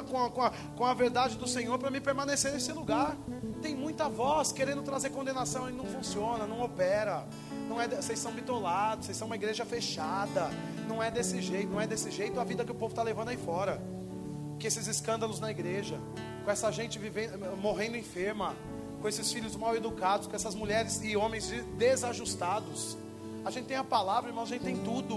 com a verdade do Senhor para me permanecer nesse lugar. Tem muita voz querendo trazer condenação e não funciona, não opera. Não é, vocês são bitolados, vocês são uma igreja fechada. Não é desse jeito a vida que o povo está levando aí fora. Que esses escândalos na igreja, com essa gente morrendo enferma, com esses filhos mal educados, com essas mulheres e homens desajustados. A gente tem a palavra, irmão, a gente tem tudo.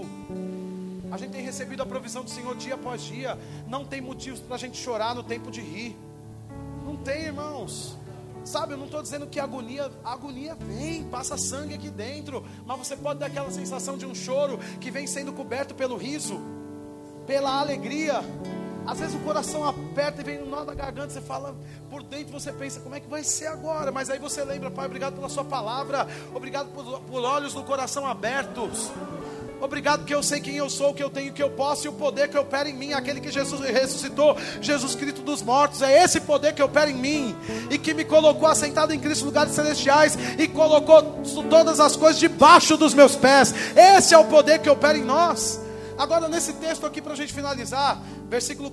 A gente tem recebido a provisão do Senhor dia após dia. Não tem motivos para a gente chorar no tempo de rir. Não tem, irmãos. Sabe, eu não estou dizendo que a agonia vem, passa sangue aqui dentro. Mas você pode dar aquela sensação de um choro que vem sendo coberto pelo riso, pela alegria. Às vezes o coração aperta e vem no nó da garganta. Você fala, por dentro você pensa, como é que vai ser agora? Mas aí você lembra, Pai, obrigado pela sua palavra. Obrigado por olhos no coração abertos. Obrigado porque eu sei quem eu sou, o que eu tenho, o que eu posso, e o poder que opera em mim, aquele que Jesus ressuscitou, Jesus Cristo dos mortos. É esse poder que opera em mim, e que me colocou assentado em Cristo, lugares celestiais, e colocou todas as coisas debaixo dos meus pés. Esse é o poder que opera em nós. Agora nesse texto aqui, para a gente finalizar, versículo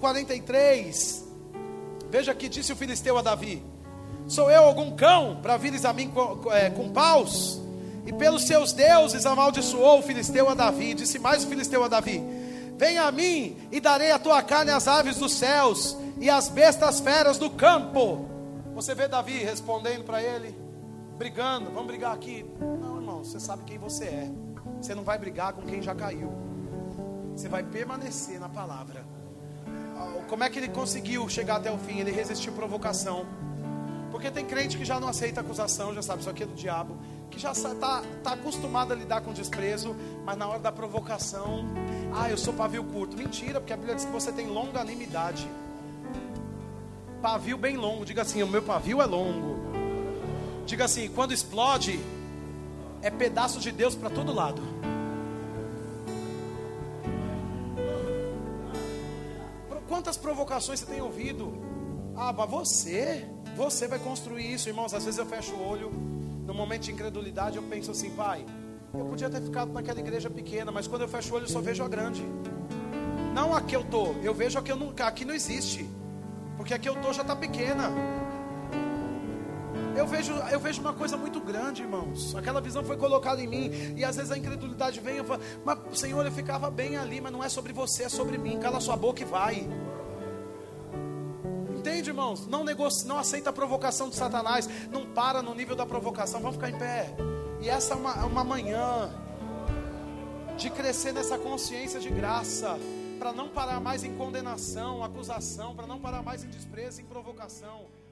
43, veja que disse o filisteu a Davi: sou eu algum cão para vires a mim com paus? E pelos seus deuses amaldiçoou o filisteu a Davi. Disse mais o filisteu a Davi: venha a mim e darei a tua carne às aves dos céus e às bestas feras do campo. Você vê Davi respondendo para ele, brigando. Vamos brigar aqui? Não, irmão, você sabe quem você é. Você não vai brigar com quem já caiu. Você vai permanecer na palavra. Como é que ele conseguiu chegar até o fim? Ele resistiu à provocação. Porque tem crente que já não aceita acusação, já sabe, isso aqui é do diabo, que já está acostumado a lidar com desprezo, mas na hora da provocação, eu sou pavio curto. Mentira, porque a Bíblia diz que você tem longanimidade. Pavio bem longo. Diga assim, o meu pavio é longo. Diga assim, quando explode, é pedaço de Deus para todo lado. Quantas provocações você tem ouvido? Mas você vai construir isso, irmãos. Às vezes eu fecho o olho, no momento de incredulidade eu penso assim, Pai, eu podia ter ficado naquela igreja pequena, mas quando eu fecho o olho eu só vejo a grande. Não a que eu estou, eu vejo a que aqui não existe, porque a que eu estou já está pequena. Eu vejo uma coisa muito grande, irmãos. Aquela visão foi colocada em mim, e às vezes a incredulidade vem, eu falo, mas Senhor, eu ficava bem ali, mas não é sobre você, é sobre mim. Cala sua boca e vai. Entende, irmãos? Não aceita a provocação de Satanás. Não para no nível da provocação. Vamos ficar em pé. E essa é uma manhã de crescer nessa consciência de graça, para não parar mais em condenação, acusação, para não parar mais em desprezo, em provocação.